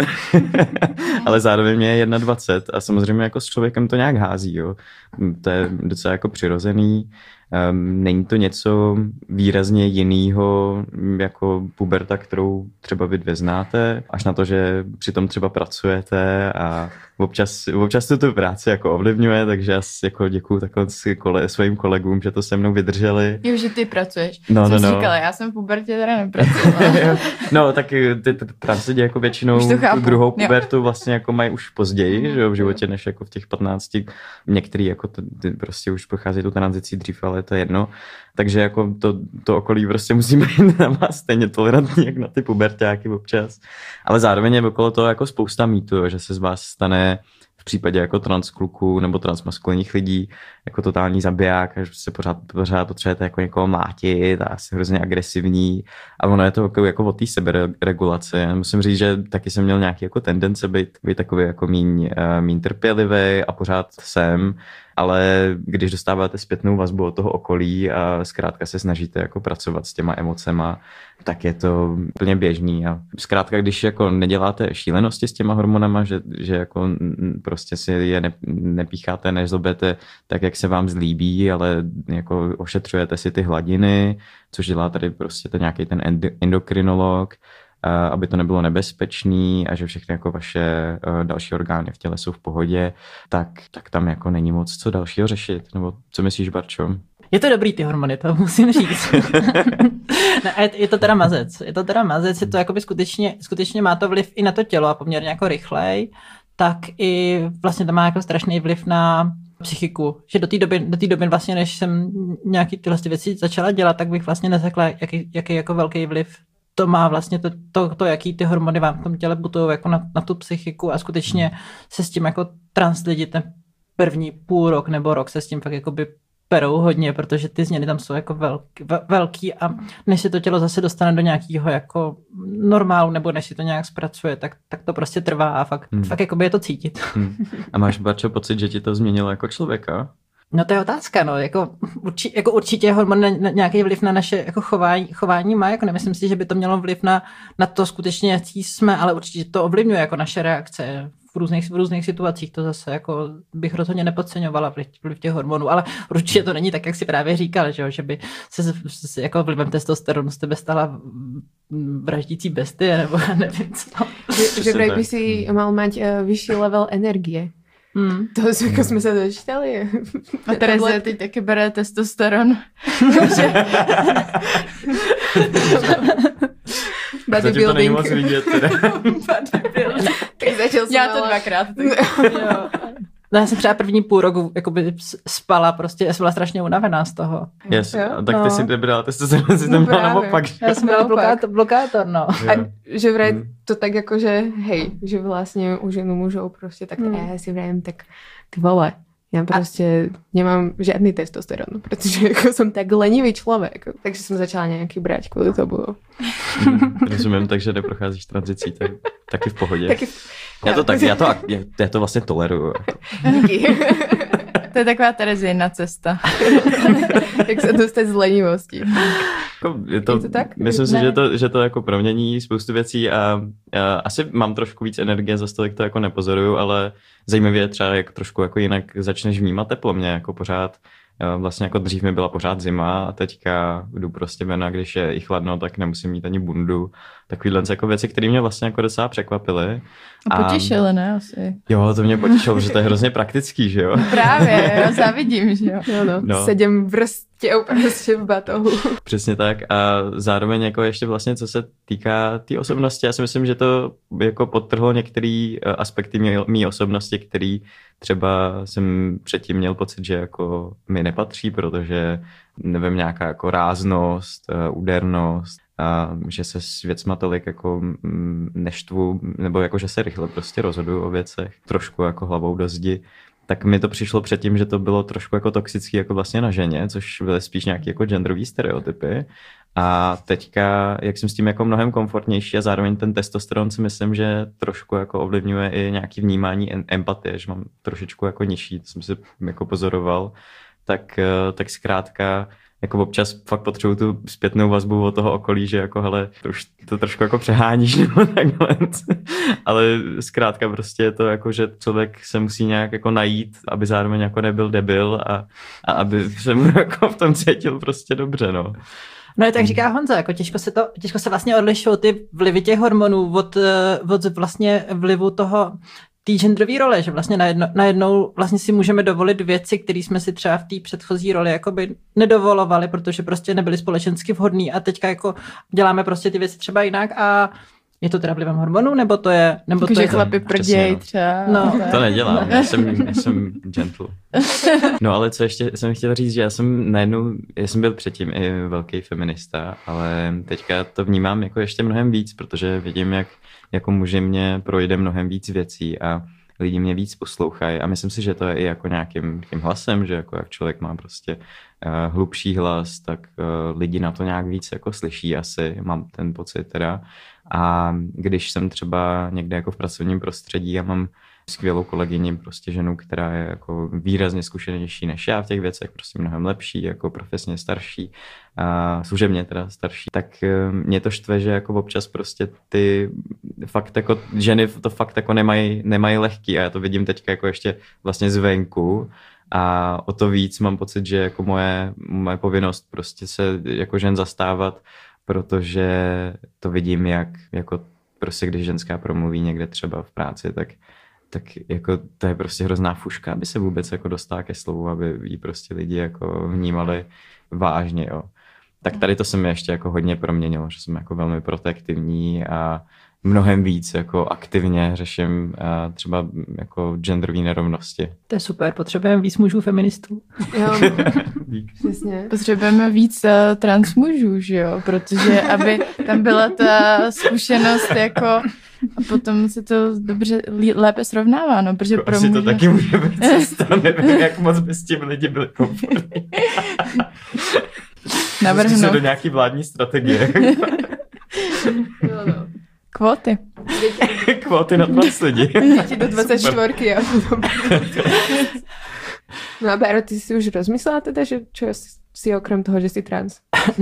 Ale zároveň mě je dvacet jedna a samozřejmě jako s člověkem to nějak hází, jo. To je docela jako přirozený. Um, není to něco výrazně jinýho jako puberta, kterou třeba vy dvě znáte, až na to, že přitom třeba pracujete a občas, občas to tu práci jako ovlivňuje, takže já jako děkuju takhle kole, svým kolegům, že to se mnou vydrželi. Jo, že ty pracuješ. No, jsem no, no. říkala, já jsem v pubertě teda nepracovala. No, tak ty trans lidi jako většinou tu druhou pubertu vlastně jako mají už později, že jo, v životě, než jako v těch patnácti. Některý jako to, ty prostě už procházejí tu tranzicí dřív, ale to je jedno. Takže jako to, to okolí prostě musí být na vás stejně tolerantní, jak na ty puberťáky občas. Ale zároveň je okolo toho jako spousta mýtů, že se z vás stane v případě jako transkluků nebo transmaskulinních lidí jako totální zabiják, že se pořád, pořád potřebujete jako někoho mlátit a asi hrozně agresivní. A ono je to jako, jako o té seberegulaci. Musím říct, že taky jsem měl nějaký jako tendence být, být takový jako míň, míň trpělivý a pořád jsem. Ale když dostáváte zpětnou vazbu od toho okolí a zkrátka se snažíte jako pracovat s těma emocema, tak je to úplně běžný. A zkrátka, když jako neděláte šílenosti s těma hormonama, že, že jako prostě si je ne, nepícháte, nezlobete tak, jak se vám zlíbí, ale jako ošetřujete si ty hladiny, což dělá tady prostě ten nějaký ten endokrinolog, aby to nebylo nebezpečný a že všechny jako vaše další orgány v těle jsou v pohodě, tak, tak tam jako není moc co dalšího řešit. Nebo co myslíš, Barčo? Je to dobrý ty hormony, to musím říct. Ne, je, je to teda mazec. Je to teda mazec, je to jakoby skutečně, skutečně má to vliv i na to tělo a poměrně jako rychlej, tak i vlastně to má jako strašný vliv na psychiku. Že do té doby, do té doby vlastně, než jsem nějaký tyhle věci začala dělat, tak bych vlastně neřekla, jaký, jaký jako velký vliv to má vlastně to, to, to, jaký ty hormony vám v tom těle budují jako na, na tu psychiku a skutečně se s tím jako trans lidi ten první půl rok nebo rok se s tím fakt jakoby perou hodně, protože ty změny tam jsou jako velký, velký a než se to tělo zase dostane do nějakého jako normálu, nebo než si to nějak zpracuje, tak, tak to prostě trvá a fakt, hmm. fakt jakoby je to cítit. Hmm. A máš, Barčo, pocit, že ti to změnilo jako člověka? No to je otázka, no, jako, urči, jako určitě hormon na, na, nějaký vliv na naše jako chování, chování má, jako nemyslím si, že by to mělo vliv na, na to skutečně, jaký jsme, ale určitě to ovlivňuje jako naše reakce v různých, v různých situacích, to zase jako bych rozhodně nepodceňovala vliv, vliv těch hormonů, ale určitě to není tak, jak si právě říkal, že, jo, že by se, se jako vlivem testosteronu z tebe stala vraždící bestie, nebo nevím co. Že, že by si mal mať uh, vyšší level energie. Hmm. To jako jsme se dočítali. A Terezie teď taky bere testosteron. Zatím to není moc vidět teda. Tak začal jsem Já to dvakrát. No, já jsem třeba první půl roku jakoby spala, prostě já jsem byla strašně unavená z toho. Yes, tak ty no. si nebrala testosteron, si to měla naopak. Já jsem byla blokátor, blokátor, no. A že vraj hmm. to tak jako, že hej, že vlastně u ženu mužou prostě tak hmm. já si vrajím, tak ty vole, já prostě a... nemám žádný testosteron, protože jako jsem tak lenivý člověk, takže jsem začala nějaký brát kvůli tomu. Hmm, rozumím, takže neprocházíš tranzicí, tak, taky v pohodě. Taky v... Já to tak, já to, já, já to vlastně toleruju. Díky. To je taková Terezina cesta. Jak se dostat z lenivosti. Jako je, to, je to tak? Myslím si, že to, že to jako promění spoustu věcí a, a asi mám trošku víc energie, za tolik to jako nepozoruju, ale zajímavě je třeba, jak trošku jako jinak začneš vnímat teplo. Mě jako pořád, vlastně jako dřív mi byla pořád zima a teďka jdu prostě ven a když je i chladno, tak nemusím mít ani bundu. Takovýhle jako věci, které mě vlastně jako docela překvapily. A potěšily, ne? Asi. Jo, to mě potěšilo, protože to je hrozně praktický, že jo? Právě, já závidím, že jo? No, no. no. Sedím vrstě prostě v batohu. Přesně tak a zároveň jako ještě vlastně, co se týká té tý osobnosti, já si myslím, že to jako podtrhlo některé aspekty mé osobnosti, který třeba jsem předtím měl pocit, že jako mi nepatří, protože nevím, nějaká jako ráznost, údernost, a že se s věcma tolik jako neštvu, nebo jako že se rychle prostě rozhoduju o věcech, trošku jako hlavou do zdi, tak mi to přišlo předtím, že to bylo trošku jako toxický jako vlastně na ženě, což byly spíš nějaký jako genderový stereotypy. A teďka, jak jsem s tím jako mnohem komfortnější a zároveň ten testosteron si myslím, že trošku jako ovlivňuje i nějaký vnímání empatie, že mám trošičku jako nižší, to jsem si jako pozoroval, tak, tak zkrátka jako občas fakt potřebuju tu zpětnou vazbu od toho okolí, že jako hele, to už to trošku jako přeháníš nebo takhle. Ale zkrátka prostě je to jako, že člověk se musí nějak jako najít, aby zároveň jako nebyl debil a, a aby se mu jako v tom cítil prostě dobře, no. No je tak říká Honza, jako těžko se to, těžko se vlastně odlišují ty vlivy těch hormonů od, od vlastně vlivu toho té genderové role, že vlastně najednou, najednou vlastně si můžeme dovolit věci, které jsme si třeba v té předchozí roli jakoby nedovolovali, protože prostě nebyly společensky vhodný a teďka jako děláme prostě ty věci třeba jinak a je to teda vlivem hormonů, nebo to je... Nebo jako, to že je chlapi prděj třeba. No. To nedělám, já jsem, já jsem gentle. No ale co ještě jsem chtěl říct, že já jsem najednou, já jsem byl předtím i velký feminista, ale teďka to vnímám jako ještě mnohem víc, protože vidím, jak jako muži mě projde mnohem víc věcí a lidi mě víc poslouchají a myslím si, že to je i jako nějakým tím hlasem, že jako jak člověk má prostě uh, hlubší hlas, tak uh, lidi na to nějak víc jako slyší asi, mám ten pocit teda. A když jsem třeba někde jako v pracovním prostředí a mám skvělou kolegyni, prostě ženu, která je jako výrazně zkušenější než já v těch věcech, prostě mnohem lepší, jako profesně starší, a služebně teda starší, tak mě to štve, že jako občas prostě ty fakt jako ženy to fakt jako nemají, nemají lehký a já to vidím teďka jako ještě vlastně zvenku a o to víc mám pocit, že jako moje, moje povinnost prostě se jako žen zastávat, protože to vidím, jak jako prostě když ženská promluví někde třeba v práci, tak tak jako to je prostě hrozná fuška, aby se vůbec jako dostala ke slovu, aby jí prostě lidi jako vnímali vážně, jo. Tak tady to se mi ještě jako hodně proměnilo, že jsem jako velmi protektivní a mnohem víc jako aktivně řeším uh, třeba jako genderové nerovnosti. To je super, potřebujeme víc mužů feministů. Jo, přesně. Potřebujeme víc uh, trans mužů, že jo, protože aby tam byla ta zkušenost jako a potom se to dobře, lépe srovnává, no, protože jako pro asi muže... to taky může být cesta, nevím, jak moc by s tím lidi byli komfortní. Navrhnout. se do nějaký vládní strategie. No, no. Kvóty. Kvóty na trans lidi. Děti do dvacet čtyři. Ja. No a Báro, ty si už rozmyslela teda, že čo si okrem toho, že jsi trans?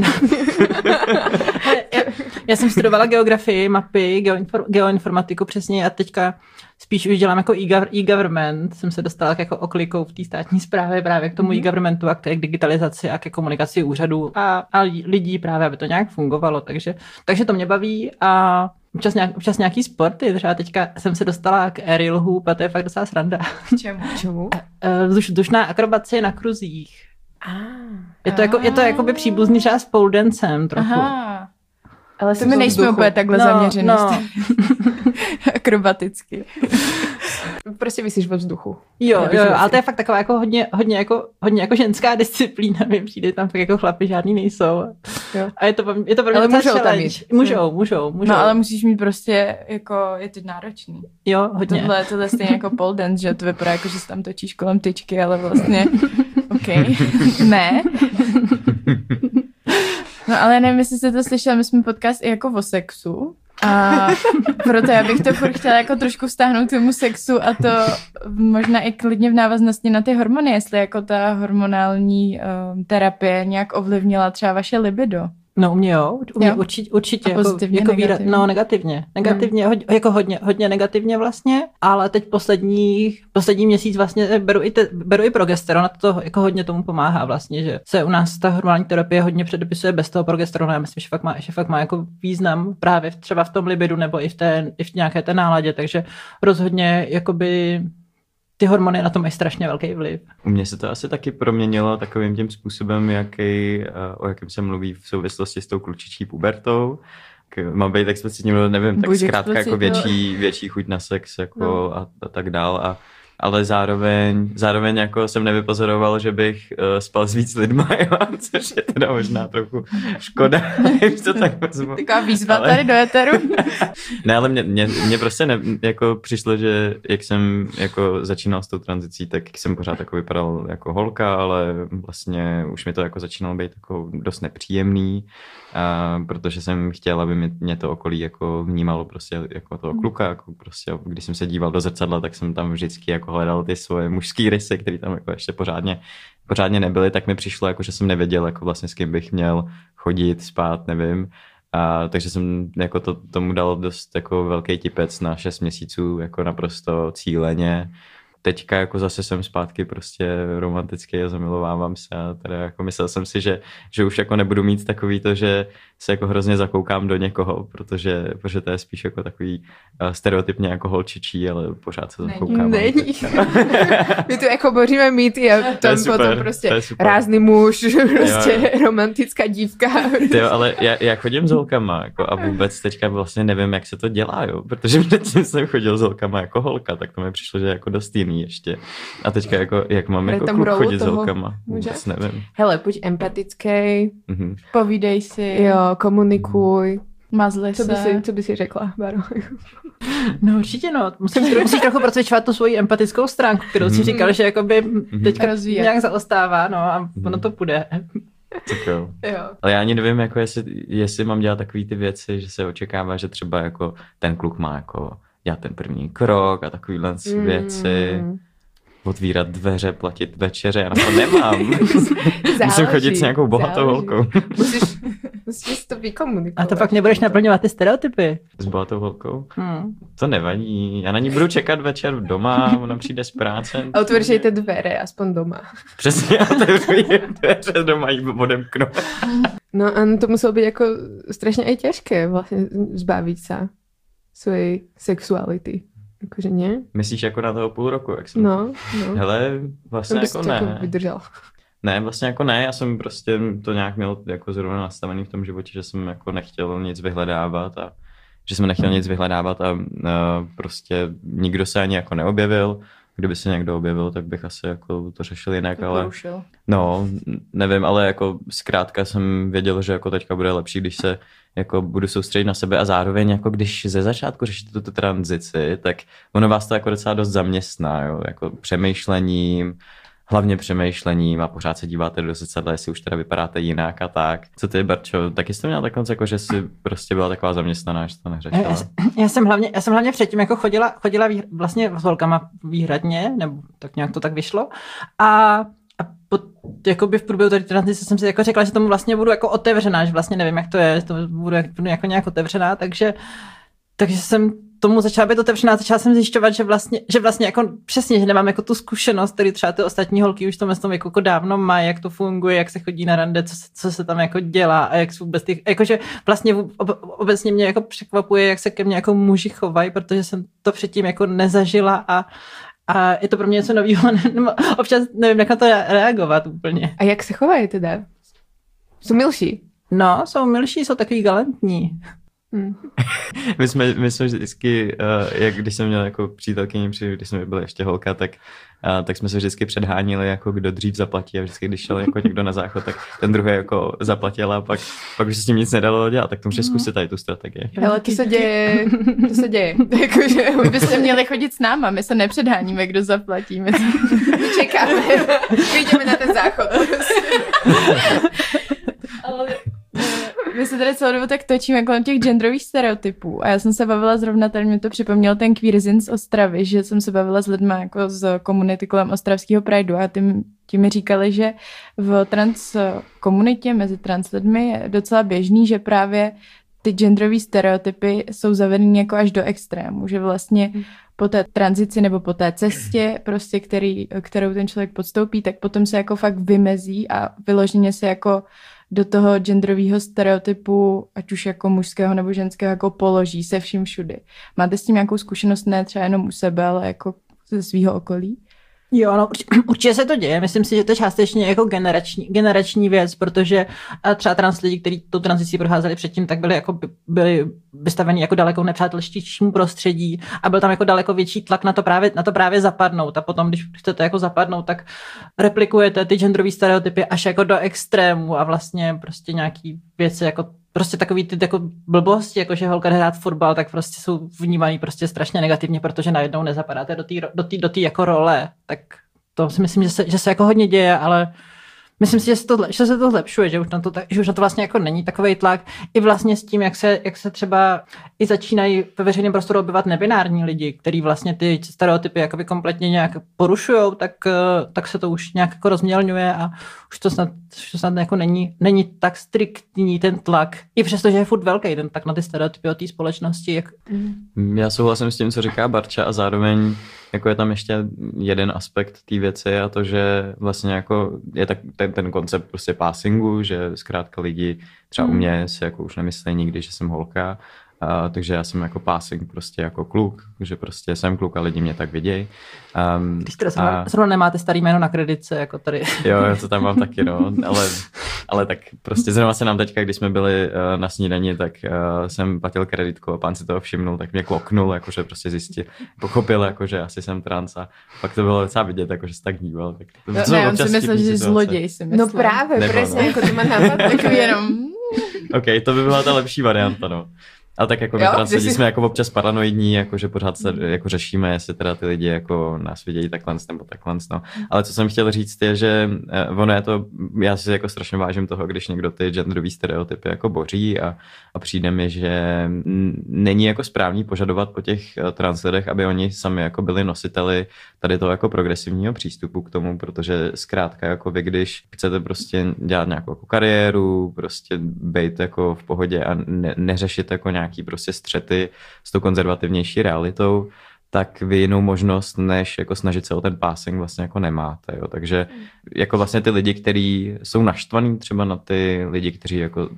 já, já jsem studovala geografii, mapy, geoinfor, geoinformatiku přesně a teďka spíš už dělám jako e-government. Jsem se dostala jako oklikou v té státní správě právě k tomu mm. e-governmentu a k té digitalizaci a ke komunikaci úřadů a, a lidí právě, aby to nějak fungovalo. Takže, takže to mě baví a občas, nějak, občas nějaký sporty. Třeba teďka jsem se dostala k aerial hoop a to je fakt docela sranda. K čemu? Čemu? Vzduš, vzdušná akrobacie na kruzích. Ah. Je to, jako, je to jakoby příbuzný třeba s pole dancem trochu. Aha. Ale to my nejsme úplně takhle no, zaměřený. No. Akrobaticky. Prostě vysíš ve vzduchu. Jo, jo, jo, ale to je fakt taková jako hodně, hodně, jako, hodně jako ženská disciplína. Mi přijde, tam fakt jako chlapi žádný nejsou. Jo. A je to, je to pro mě ale můžou challenge. tam jít. Můžou, můžou, můžou. No ale musíš mít prostě, jako, je to náročný. Jo, hodně. Tohle, tohle je stejně jako pole dance, že to vypadá jako, že se tam točíš kolem tyčky, ale vlastně, OK, ne. No ale nevím, jestli jste to slyšela, my jsme podcast i jako o sexu. A proto já bych to furt chtěla jako trošku vztáhnout tomu sexu a to možná i klidně v návaznosti na ty hormony, jestli jako ta hormonální um, terapie nějak ovlivnila třeba vaše libido. No u mě jo, u mě jo. určitě, určitě a pozitivně, jako, jako negativně. Výra, no negativně, negativně, hmm. jako hodně, hodně negativně vlastně, ale teď poslední, poslední měsíc vlastně beru i, te, beru i progesteron a to jako hodně tomu pomáhá vlastně, že se u nás ta hormonální terapie hodně předepisuje bez toho progesteronu, já myslím, že fakt má, že fakt má jako význam právě třeba v tom libidu nebo i v, té, i v nějaké té náladě, takže rozhodně jakoby ty hormony na to mají strašně velký vliv. U mě se to asi taky proměnilo takovým tím způsobem, jaký, o jakém se mluví v souvislosti s tou klučičí pubertou. Mám být explicitně, nevím, tak Buď zkrátka jako větší, větší chuť na sex jako no. a, a tak dál. A, ale zároveň, zároveň jako jsem nevypozoroval, že bych uh, spal s víc lidma, jo, což je teda možná trochu škoda, když to tak vezmu. Taková výzva ale... tady do éteru. Ne, ale mně, mně, mně prostě ne, jako přišlo, že jak jsem jako začínal s tou tranzicí, tak jsem pořád jako vypadal jako holka, ale vlastně už mi to jako začínalo být jako dost nepříjemný, a protože jsem chtěl, aby mě, mě to okolí jako vnímalo prostě jako toho kluka, jako prostě když jsem se díval do zrcadla, tak jsem tam vždycky jako hledal ty svoje mužský rysy, které tam jako ještě pořádně, pořádně nebyly, tak mi přišlo, jako, že jsem nevěděl, jako vlastně s kým bych měl chodit, spát, nevím. A, takže jsem jako to, tomu dal dost jako velký tipec na šest měsíců, jako naprosto cíleně. Teďka jako zase jsem zpátky prostě romantický a zamilovávám se a teda jako myslel jsem si, že, že už jako nebudu mít takový to, že se jako hrozně zakoukám do někoho, protože, protože to je spíš jako takový uh, stereotypně jako holčičí, ale pořád se zakoukám. Není. My tu jako boříme mýty a tam super, potom prostě rázný muž, prostě jo. romantická dívka. Jo, ale já, já chodím s holkama jako a vůbec teďka vlastně nevím, jak se to dělá, jo, protože předtím jsem chodil s holkama jako holka, tak to mi přišlo, že jako dost jiný ještě. A teďka jako, jak mám jako kluk chodit s holkama, vůbec nevím. Hele, buď empatický, mm-hmm. Povídej si. Jo, komunikuj. Mazli co se. by si, co by si řekla, Báro? No určitě no, musím, musíš trochu procvičovat tu svoji empatickou stránku, kterou si říkal, že jakoby teďka rozvíjet. Nějak zaostává, no a ono to půjde. Tak jo. jo. Ale já ani nevím, jako jestli, jestli mám dělat takový ty věci, že se očekává, že třeba jako ten kluk má jako dělat ten první krok a takovýhle mm. věci. Otvírat dveře, platit večeře, já na to nemám. Záleží, musím chodit s nějakou bohatou holkou. Musíš, musíš to vykomunikovat. A to fakt nebudeš naplňovat ty stereotypy. S bohatou holkou? Hmm. To nevadí. Já na ní budu čekat večer doma, ona přijde z práce. A otevřejte dveře, aspoň doma. Přesně, otevřejte dveře doma, jí odemknu. No a to muselo být jako strašně i těžké vlastně zbavit se svojej sexuality. Jakože ne? Myslíš jako na toho půl roku, jak jsem? No, no. Hele, vlastně jako ne. Jako vydržel. Ne, vlastně jako ne, já jsem prostě to nějak měl jako zrovna nastavený v tom životě, že jsem jako nechtěl nic vyhledávat a že jsme nechtěli nic vyhledávat a uh, prostě nikdo se ani jako neobjevil. Kdyby se někdo objevil, tak bych asi jako to řešil jinak, To ale porušil. no, nevím, ale jako zkrátka jsem věděl, že jako teďka bude lepší, když se jako budu soustředit na sebe a zároveň jako když ze začátku řešíte tuto tranzici, tak ono vás to jako docela dost zaměstná, jo, jako přemýšlením, hlavně přemýšlením a pořád se díváte do zrcadla, jestli už teda vypadáte jinak a tak. Co ty, Barčo, taky jsi to měla takhle, jako že jsi prostě byla taková zaměstnaná, že to neřešila? Já, já, jsem hlavně, já jsem hlavně předtím jako chodila, chodila výhr, vlastně s holkama výhradně, nebo tak nějak to tak vyšlo. A, a po, jakoby v průběhu tady tranzice jsem si jako řekla, že tomu vlastně budu jako otevřená, že vlastně nevím, jak to je, že to budu, budu jako nějak otevřená, takže, takže jsem tomu začala být otevřená, začala jsem zjišťovat, že vlastně, že vlastně jako přesně, že nemám jako tu zkušenost, který třeba ty ostatní holky už v tom jako dávno mají, jak to funguje, jak se chodí na rande, co se, co se tam jako dělá a jak vůbec ty, jakože vlastně obecně mě jako překvapuje, jak se ke mně jako muži chovají, protože jsem to předtím jako nezažila a a je to pro mě něco nového, občas nevím, jak na to reagovat úplně. A jak se chovají teda? Jsou milší? No, jsou milší, jsou takový galantní. Hmm. my, jsme, my jsme vždycky, uh, jak když jsem měl jako přítelkyni, když jsme byli ještě holka, tak, uh, tak jsme se vždycky předhánili, jako kdo dřív zaplatí a vždycky, když šel jako někdo na záchod, tak ten druhý jako zaplatil a pak, pak už se s tím nic nedalo dělat, tak to může zkusit tady tu strategii. Ale to se děje, to se děje. Jakože vy byste měli chodit s náma, my se nepředháníme, kdo zaplatí. My čekáme, vyjdeme na ten záchod. Ale my se tady celou dobu tak točíme kolem těch genderových stereotypů a já jsem se bavila zrovna, tady mi to připomněl ten Queerzin z Ostravy, že jsem se bavila s lidmi jako z komunity kolem ostravského Prideu a tím, tím mi říkali, že v trans komunitě mezi trans lidmi je docela běžný, že právě ty genderové stereotypy jsou zavedeny jako až do extrému, že vlastně po té tranzici nebo po té cestě, prostě který, kterou ten člověk podstoupí, tak potom se jako fakt vymezí a vyloženě se jako do toho genderového stereotypu, ať už jako mužského nebo ženského, jako položí se vším všudy. Máte s tím nějakou zkušenost, ne třeba jenom u sebe, ale jako ze svého okolí? Jo, no, určitě se to děje. Myslím si, že to je částečně jako generační, generační věc, protože třeba trans lidi, kteří tu tranzici procházeli předtím, tak byli, jako, byli vystaveni jako daleko nepřátelštějšímu prostředí a byl tam jako daleko větší tlak na to právě, na to právě zapadnout. A potom, když chcete jako zapadnout, tak replikujete ty genderové stereotypy až jako do extrému a vlastně prostě nějaký věci jako prostě takový ty jako blbosti, jako že holka jde hrát fotbal, tak prostě jsou vnímaný prostě strašně negativně, protože najednou nezapadáte do té do té do té jako role. Tak to si myslím, že se, že se jako hodně děje, ale myslím si, že se to, že se to zlepšuje, že už, na to, že už na to vlastně jako není takovej tlak. I vlastně s tím, jak se, jak se třeba i začínají ve veřejném prostoru objevovat nebinární lidi, kteří vlastně ty stereotypy jakoby kompletně nějak porušujou, tak, tak se to už nějak jako rozmělňuje a už to snad, už to snad jako není, není tak striktní ten tlak. I přesto, že je furt velký ten tlak na ty stereotypy od té společnosti. Jak... Já souhlasím s tím, co říká Barča a zároveň jako je tam ještě jeden aspekt té věci a to, že vlastně jako je tak ten, ten koncept prostě passingu, že zkrátka lidi třeba u mě si jako už nemyslí nikdy, že jsem holka, a, takže já jsem jako passing prostě jako kluk, že prostě jsem kluk a lidi mě tak vidějí. Um, Když teda zrovna, zrovna nemáte starý jméno na kredice, jako tady. Jo, já to tam mám taky, no, ale, ale tak prostě zrovna se nám teďka, když jsme byli uh, na snídani, tak uh, jsem platil kreditku a pán si toho všimnul, tak mě kloknul, jakože prostě zjistil, pochopil, jakože asi jsem trans a pak to bylo docela vidět, jakože se tak díval. Tak to, no, ne, on si myslel, že zloděj si myslel. No právě, Nebo, přesně, no. jako to má nápad. jenom... OK, to by byla ta lepší varianta, no. A tak jako my trans lidi jsme jako občas paranoidní, jako že pořád se jako řešíme, jestli teda ty lidi jako nás vidějí takhle nebo takhle, no. Ale co jsem chtěl říct je, že ono je to, já si jako strašně vážím toho, když někdo ty genderový stereotypy jako boří a, a přijde mi, že není jako správný požadovat po těch trans lidech, aby oni sami jako byli nositeli tady toho jako progresivního přístupu k tomu, protože zkrátka jako vy, když chcete prostě dělat nějakou jako kariéru, prostě být jako v pohodě a ne, neřešit jako nějaký prostě střety s tou konzervativnější realitou, tak vy jinou možnost, než jako snažit se o ten passing vlastně jako nemáte. Jo. Takže jako vlastně ty lidi, kteří jsou naštvaní třeba na ty lidi, kteří jako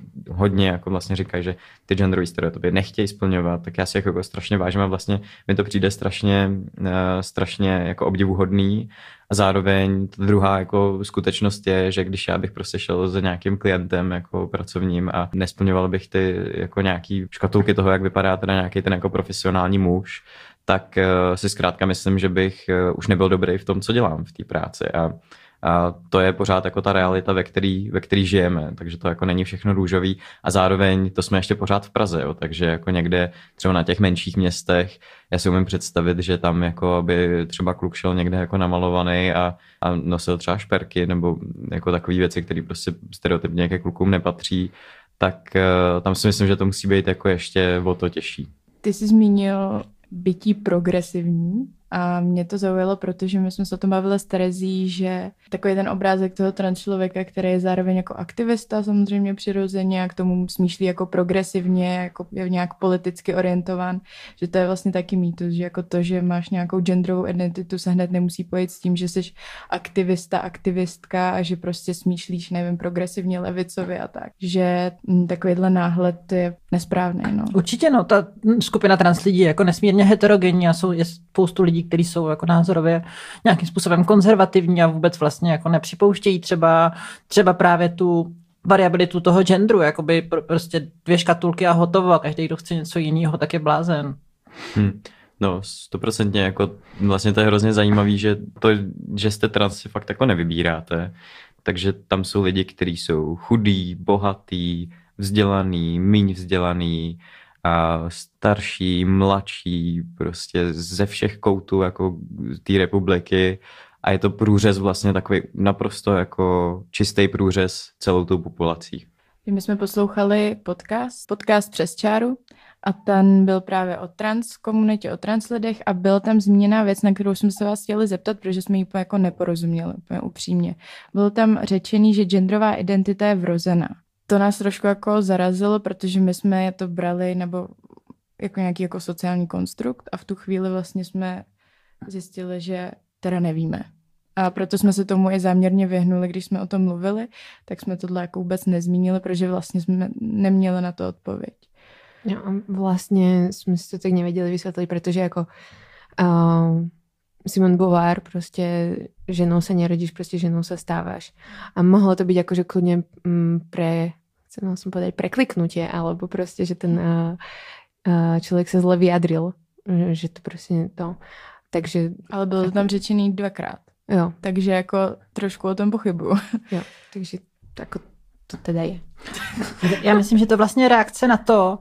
hodně jako vlastně říkají, že ty genderové stereotypy nechtějí splňovat, tak já si jako strašně vážím a vlastně mi to přijde strašně, uh, strašně jako obdivuhodný. A zároveň ta druhá jako skutečnost je, že když já bych prostě šel za nějakým klientem jako pracovním a nesplňoval bych ty jako nějaký škatulky toho, jak vypadá teda nějaký ten jako profesionální muž, tak uh, si zkrátka myslím, že bych uh, už nebyl dobrý v tom, co dělám v té práci. A A to je pořád jako ta realita, ve který, ve který žijeme, takže to jako není všechno růžový a zároveň to jsme ještě pořád v Praze, jo, takže jako někde třeba na těch menších městech, já si umím představit, že tam jako by třeba kluk šel někde jako namalovaný a, a nosil třeba šperky nebo jako takové věci, které prostě stereotypně ke klukům nepatří, tak uh, tam si myslím, že to musí být jako ještě o to těžší. Ty jsi zmínil bytí progresivní. A mě to zaujalo, protože my jsme se o tom bavili s Terezí, že takový ten obrázek toho trans člověka, který je zároveň jako aktivista samozřejmě přirozeně a k tomu smýšlí jako progresivně, jako je nějak politicky orientován, že to je vlastně taky mýtus, že jako to, že máš nějakou genderovou identitu, se hned nemusí pojít s tím, že jsi aktivista, aktivistka a že prostě smýšlíš, nevím, progresivně, levicově a tak. Že takovýhle náhled je nesprávný. No. Určitě no, ta skupina trans lidí je jako nesmírně heterogenní a jsou, je spoustu lidí, kteří jsou jako názorově nějakým způsobem konzervativní a vůbec vlastně jako nepřipouštějí třeba, třeba právě tu variabilitu toho genderu, jakoby prostě dvě škatulky a hotovo a každý, kdo chce něco jiného, tak je blázen. Hmm. No, stoprocentně, jako vlastně to je hrozně zajímavý, že to, že jste trans si fakt jako nevybíráte, takže tam jsou lidi, kteří jsou chudí, bohatý, vzdělaný, míň vzdělaný, a starší, mladší, prostě ze všech koutů jako té republiky a je to průřez vlastně takový naprosto jako čistý průřez celou tou populací. My jsme poslouchali podcast, podcast Přes čáru a ten byl právě o trans komunitě, o trans lidech a byla tam zmíněná věc, na kterou jsme se vás chtěli zeptat, protože jsme ji úplně jako neporozuměli, úplně upřímně. Bylo tam řečený, že genderová identita je vrozená. To nás trošku jako zarazilo, protože my jsme to brali nebo jako nějaký jako sociální konstrukt a v tu chvíli vlastně jsme zjistili, že teda nevíme. A proto jsme se tomu i záměrně vyhnuli, když jsme o tom mluvili, tak jsme tohle jako vůbec nezmínili, protože vlastně jsme neměli na to odpověď. No a vlastně jsme si to tak nevěděli vysvětlit, protože jako uh, Simone Beauvoir, prostě ženou sa nerodíš, prostě ženou sa stávaš. A mohlo to byť akože kľudne um, pre, chcem som povedať, prekliknutie, alebo prostě, že ten uh, uh, človek sa zle vyjadril, že to prostě to. Takže, ale bylo to tam řečený dvakrát. Jo. Takže jako trošku o tom pochybuju. Jo, takže tako to teda je. Já myslím, že to vlastně je reakce na to,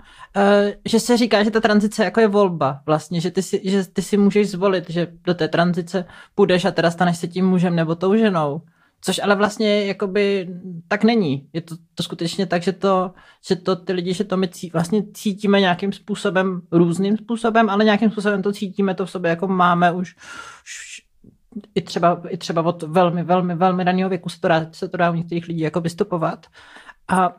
že se říká, že ta tranzice jako je volba vlastně, že ty si, že ty si můžeš zvolit, že do té tranzice půjdeš a teda staneš se tím mužem nebo tou ženou. Což ale vlastně jakoby tak není. Je to, to skutečně tak, že to, že to ty lidi, že to my cí, vlastně cítíme nějakým způsobem, různým způsobem, ale nějakým způsobem to cítíme, to v sobě jako máme už, už i třeba, i třeba od velmi, velmi, velmi raného věku se to dá, se to dá u některých lidí jako vystupovat. A,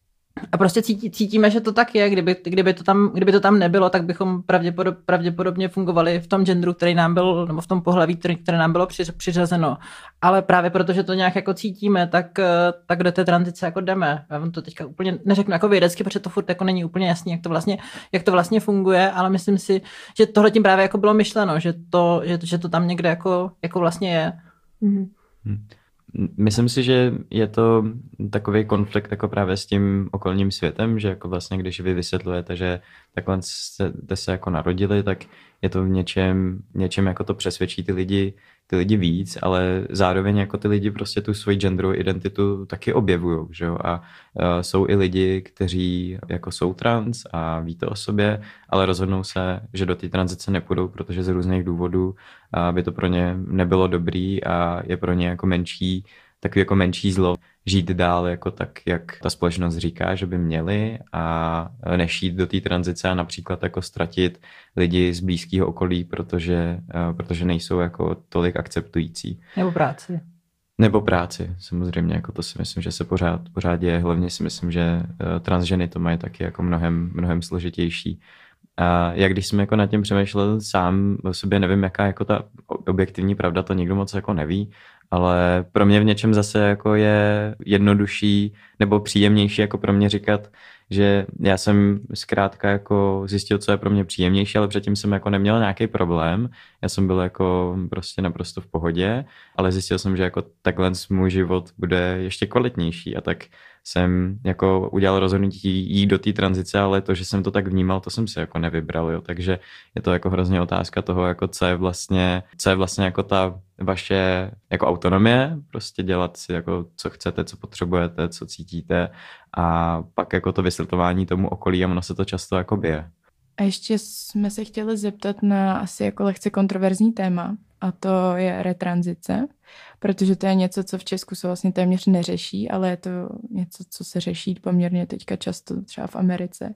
a prostě cítí, cítíme, že to tak je. Kdyby, kdyby, to tam, kdyby to tam nebylo, tak bychom pravděpodob, pravděpodobně fungovali v tom genderu, který nám byl, nebo v tom pohlaví, který, které nám bylo při, přiřazeno. Ale právě protože to nějak jako cítíme, tak, tak do té tranzice jako jdeme. Já vám to teďka úplně neřeknu jako vědecky, protože to furt jako není úplně jasný, jak to vlastně, jak to vlastně funguje, ale myslím si, že tohle tím právě jako bylo myšleno, že to, že, že to tam někde jako, jako vlastně je. Mhm. Hmm. Myslím si, že je to takový konflikt jako právě s tím okolním světem, že jako vlastně, když vy vysvětlujete, že takhle jste se jako narodili, tak je to v něčem, něčem jako to přesvědčí ty lidi, ty lidi víc, ale zároveň jako ty lidi prostě tu svoji genderovou identitu taky objevujou, že jo? A uh, jsou i lidi, kteří jako jsou trans a ví to o sobě, ale rozhodnou se, že do té tranzice nepůjdou, protože z různých důvodů uh, by to pro ně nebylo dobrý a je pro ně jako menší, takový jako menší zlo žít dál jako tak, jak ta společnost říká, že by měli a nešít do té tranzice a například jako ztratit lidi z blízkého okolí, protože, protože nejsou jako tolik akceptující. Nebo práci. Nebo práci, samozřejmě, jako to si myslím, že se pořád, pořád děje. Hlavně si myslím, že transženy to mají taky jako mnohem, mnohem složitější. A jak když jsem jako nad tím přemýšlel sám o sobě, nevím, jaká jako ta objektivní pravda, to nikdo moc jako neví, ale pro mě v něčem zase jako je jednodušší nebo příjemnější jako pro mě říkat, že já jsem zkrátka jako zjistil, co je pro mě příjemnější, ale předtím jsem jako neměl nějaký problém. Já jsem byl jako prostě naprosto v pohodě, ale zjistil jsem, že jako takhle můj život bude ještě kvalitnější a tak jsem jako udělal rozhodnutí jít do té tranzice, ale to, že jsem to tak vnímal, to jsem si jako nevybral, jo. Takže je to jako hrozně otázka toho, jako co je vlastně, co je vlastně jako ta vaše jako autonomie, prostě dělat si jako co chcete, co potřebujete, co cítíte a pak jako to vysvětlování tomu okolí a ono se to často jako bije. A ještě jsme se chtěli zeptat na asi jako lehce kontroverzní téma, a to je retranzice, protože to je něco, co v Česku se vlastně téměř neřeší, ale je to něco, co se řeší poměrně teďka často třeba v Americe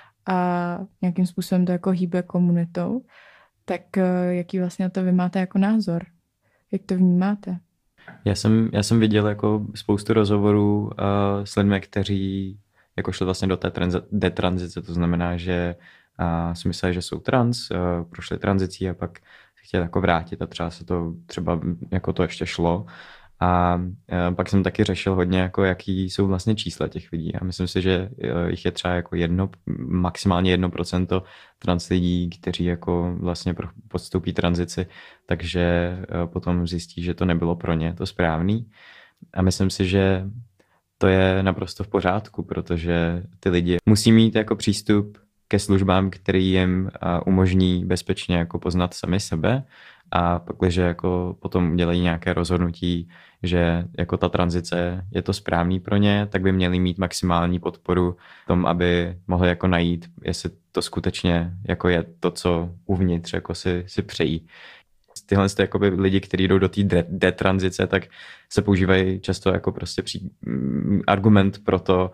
a nějakým způsobem to jako hýbe komunitou. Tak jaký vlastně na to vy máte jako názor? Jak to vnímáte? Já jsem, já jsem viděl jako spoustu rozhovorů uh, s lidmi, kteří jako šli vlastně do té tranzi- detranzice, to znamená, že uh, si mysleli, že jsou trans, uh, prošli tranzicí a pak se chtěli jako vrátit a třeba se to třeba jako to ještě šlo. A uh, pak jsem taky řešil hodně, jako jaký jsou vlastně čísla těch lidí a myslím si, že uh, jich je třeba jako jedno, maximálně jedno procento trans lidí, kteří jako vlastně podstoupí tranzici, takže uh, potom zjistí, že to nebylo pro ně to správný. A myslím si, že to je naprosto v pořádku, protože ty lidi musí mít jako přístup ke službám, který jim umožní bezpečně jako poznat sami sebe a pak, když jako potom udělají nějaké rozhodnutí, že jako ta tranzice je to správný pro ně, tak by měli mít maximální podporu v tom, aby mohli jako najít, jestli to skutečně jako je to, co uvnitř jako si, si přejí. Tyhle jste jakoby lidi, kteří jdou do té detranzice, tak se používají často jako prostě pří, argument pro to,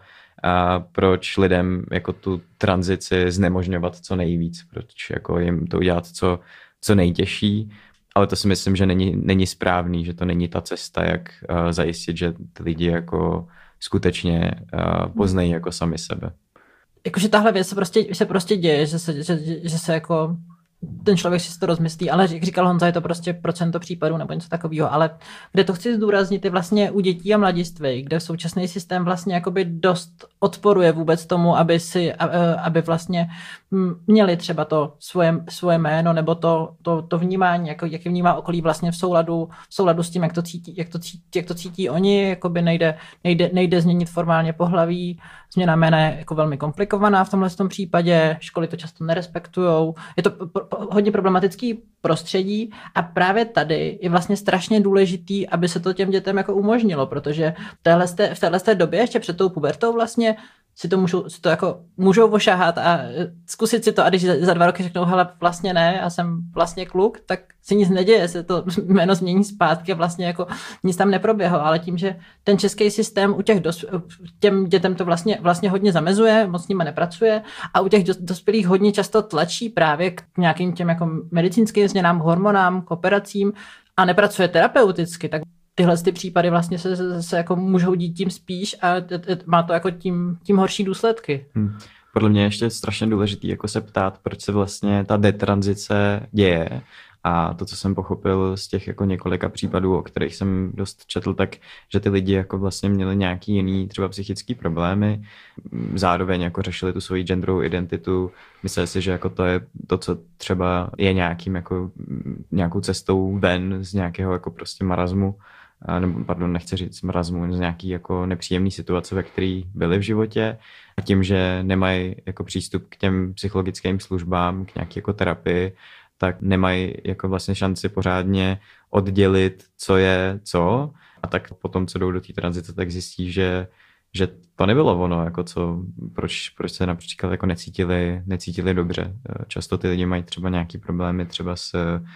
a proč lidem jako tu tranzici znemožňovat co nejvíc, proč jako jim to udělat co, co nejtěžší, ale to si myslím, že není, není správný, že to není ta cesta, jak uh, zajistit, že ty lidi jako skutečně uh, poznají jako sami sebe. Jakože tahle věc se prostě, se prostě děje, že se, že, že se jako ten člověk si to rozmyslí, ale jak říkal Honza, je to prostě procento případů nebo něco takového, ale kde to chci zdůraznit je vlastně u dětí a mladistvých, kde současný systém vlastně jakoby dost odporuje vůbec tomu, aby si, aby vlastně měli třeba to svoje, svoje jméno nebo to, to, to vnímání, jako, jak je vnímá okolí vlastně v souladu, v souladu s tím, jak to cítí, jak to cítí, jak to cítí oni, jakoby nejde, nejde, nejde změnit formálně pohlaví, změna jména je jako velmi komplikovaná v tomhle tom případě, školy to často nerespektujou, je to hodně problematický prostředí a právě tady je vlastně strašně důležitý, aby se to těm dětem jako umožnilo, protože v téhle, v téhle době ještě před tou pubertou vlastně si to můžou, si to jako můžou ošahat a zkusit si to a když za dva roky řeknou, hele, vlastně ne, já jsem vlastně kluk, tak si nic neděje, se to jméno změní zpátky, vlastně jako nic tam neproběhlo, ale tím, že ten český systém u těch dos, těm dětem to vlastně, vlastně hodně zamezuje, moc s nimi nepracuje a u těch dospělých hodně často tlačí právě k nějakým těm jako medicínským změnám, hormonám, k operacím a nepracuje terapeuticky, tak tyhle ty případy vlastně se, se, se jako můžou dít tím spíš a má to jako tím, tím horší důsledky. Hmm. Podle mě ještě je strašně důležitý jako se ptát, proč se vlastně ta detranzice děje. A to, co jsem pochopil z těch jako několika případů, o kterých jsem dost četl, tak, že ty lidi jako vlastně měli nějaký jiný třeba psychický problémy, zároveň jako řešili tu svoji genderovou identitu, mysleli si, že jako to je to, co třeba je nějakým jako nějakou cestou ven z nějakého jako prostě marazmu, nebo pardon, nechci říct marazmu, z nějaký jako nepříjemný situace, ve který byli v životě a tím, že nemají jako přístup k těm psychologickým službám, k nějaké jako terapii, tak nemají jako vlastně šanci pořádně oddělit, co je co a tak potom, co jdou do té tranzice, tak zjistí, že, že to nebylo ono, jako co, proč, proč se například jako necítili, necítili dobře. Často ty lidi mají třeba nějaký problémy třeba s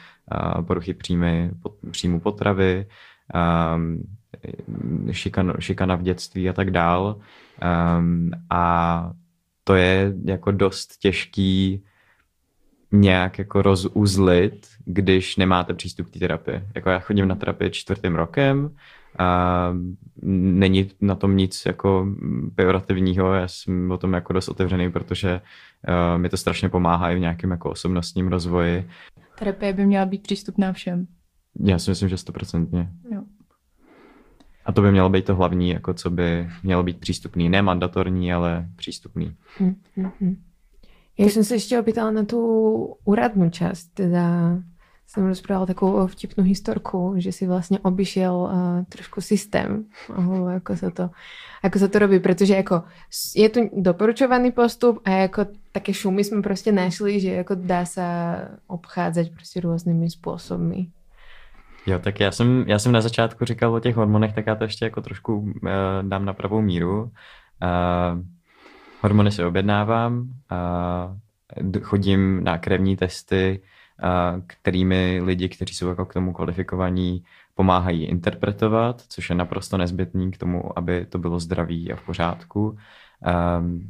uh, poruchy příjmy, pot, příjmu potravy, um, šikana, šikana v dětství a tak dál. Um, a to je jako dost těžký nějak jako rozuzlit, když nemáte přístup k té terapii. Jako já chodím na terapii čtvrtým rokem a není na tom nic jako pejorativního, já jsem o tom jako dost otevřený, protože uh, mi to strašně pomáhá i v nějakém jako osobnostním rozvoji. Terapie by měla být přístupná všem. Já si myslím, že stoprocentně. Jo. A to by mělo být to hlavní, jako co by mělo být přístupný. Ne mandatorní, ale přístupný. Hmm, hmm, hmm. Já jsem se ještě opýtala na tu úradnou část, teda jsem rozprávala takovou vtipnou historku, že si vlastně obišiel uh, trošku systém, alebo ako sa to, ako sa to robí, protože jako je tu doporučovaný postup a jako také šumy jsme prostě našli, že jako dá se obchádzať prostě různými způsoby. Jo, tak já jsem, já jsem na začátku říkal o těch hormonech, tak já to ještě jako trošku uh, dám na pravou míru. Uh, hormony si objednávám, uh, chodím na krevní testy, uh, kterými lidi, kteří jsou jako k tomu kvalifikovaní, pomáhají interpretovat, což je naprosto nezbytný k tomu, aby to bylo zdravý a v pořádku. Um,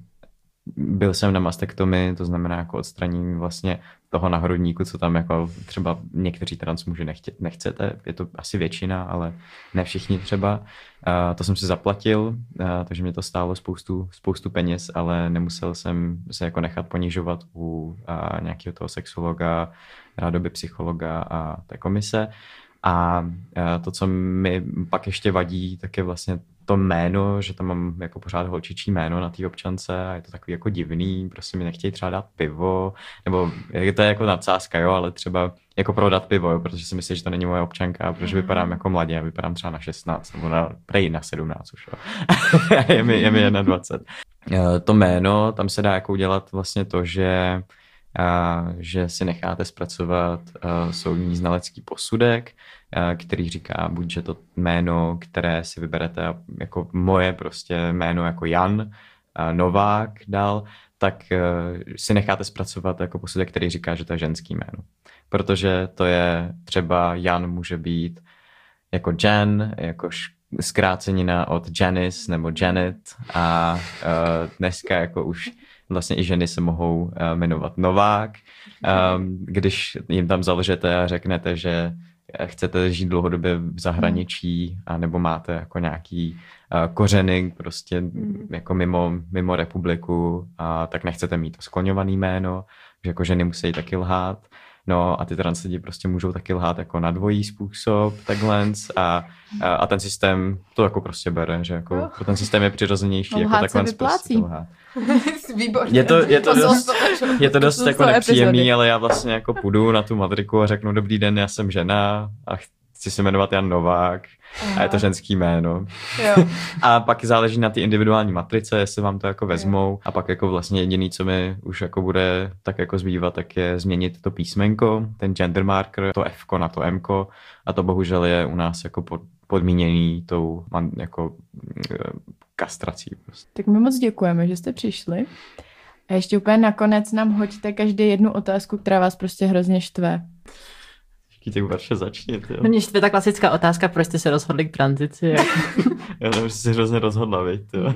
Byl jsem na mastektomii, to znamená jako odstranění vlastně toho na hrudníku, co tam jako třeba někteří trans muži nechtě, nechcete, je to asi většina, ale ne všichni třeba. Uh, to jsem si zaplatil, uh, takže mě to stálo spoustu, spoustu peněz, ale nemusel jsem se jako nechat ponižovat u uh, nějakého toho sexologa, rádoby psychologa a té komise. A uh, to, co mi pak ještě vadí, tak je vlastně to jméno, že tam mám jako pořád holčičí jméno na té občance a je to takový jako divný, prostě mi nechtějí třeba dát pivo, nebo je to jako nadsázka, jo, ale třeba jako prodat pivo, jo, protože si myslím, že to není moje občanka, protože vypadám jako mladě, vypadám třeba na šestnáct, nebo na, prej na sedmnáct už, jo. je mi, je mi dvacet jedna. To jméno, tam se dá jako udělat vlastně to, že a že si necháte zpracovat uh, soudní znalecký posudek, uh, který říká buď, že to jméno, které si vyberete jako moje prostě jméno jako Jan, uh, Novák dal, tak uh, si necháte zpracovat jako posudek, který říká, že to je ženský jméno. Protože to je třeba Jan může být jako Jan, jako zkrácenina od Janice nebo Janet a uh, dneska jako už vlastně i ženy se mohou uh, jmenovat Novák. Um, když jim tam založete a řeknete, že chcete žít dlouhodobě v zahraničí a nebo máte jako nějaký uh, kořeny prostě mm. jako mimo, mimo republiku, a tak nechcete mít skloňovaný jméno, že jako ženy musí taky lhát. No a ty trans lidi prostě můžou taky lhát jako na dvojí způsob, takhle a, a, a ten systém to jako prostě bere, že jako oh. ten systém je přirozenější, jako takhle prostě lhát. Výborně. Je to, je to dost, je to dost jako nepříjemný, ale já vlastně jako půjdu na tu matriku a řeknu dobrý den, já jsem žena a chci se jmenovat Jan Novák. Aha. A je to ženský jméno. Jo. A pak záleží na ty individuální matrice, jestli vám to jako vezmou. Jo. A pak jako vlastně jediný, co mi už jako bude tak jako zbývat, tak je změnit to písmenko, ten gender marker, to F-ko na to M-ko. A to bohužel je u nás jako pod, podmíněný tou jako kastrací. Prostě. Tak my moc děkujeme, že jste přišli. A ještě úplně nakonec nám hoďte každý jednu otázku, která vás prostě hrozně štve. Tak varše začněte. Jo. Mě štve ta klasická otázka, proč jste se rozhodli k tranzici. Jako. Já nevím, že jsi hrozně rozhodla, viď, jo.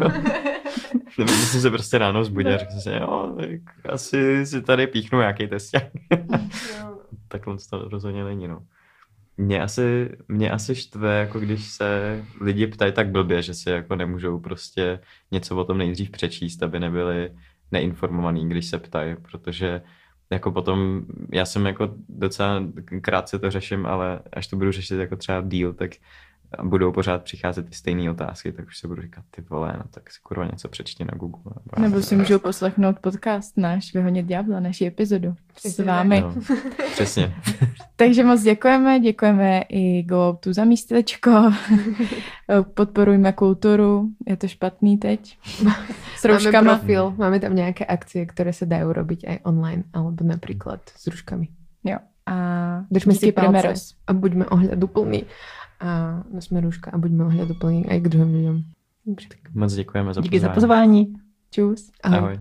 Nebo jsem se prostě ráno zbudil a řekl si, jo, tak asi si tady píchnu nějaký testák. Takhle to rozhodně není, no. Mě asi, mě asi štve, jako když se lidi ptají tak blbě, že si jako nemůžou prostě něco o tom nejdřív přečíst, aby nebyli neinformovaní, když se ptají, protože jako potom, já jsem jako docela krátce to řeším, ale až to budu řešit jako třeba díl, tak budou pořád přicházet ty stejné otázky, tak už se budu říkat, ty vole, no tak si kurva něco přečti na Google. Nebo, nebo si můžou poslechnout podcast náš Vyhonit ďábla, naši epizodu s vámi. No, přesně. Takže moc děkujeme, děkujeme i Go tu za místečko. Podporujme kulturu, je to špatný teď. S rouškama. Máme profil, máme tam nějaké akcie, které se dají robiť aj online, alebo například s ruškami. Jo. A držme si palce a buďme ohľaduplní. A nosme rúška a buďme ohľaduplní aj k druhým ľuďom. Moc děkujeme za Díky pozvání. za pozvání. Čus. Ahoj. Ahoj.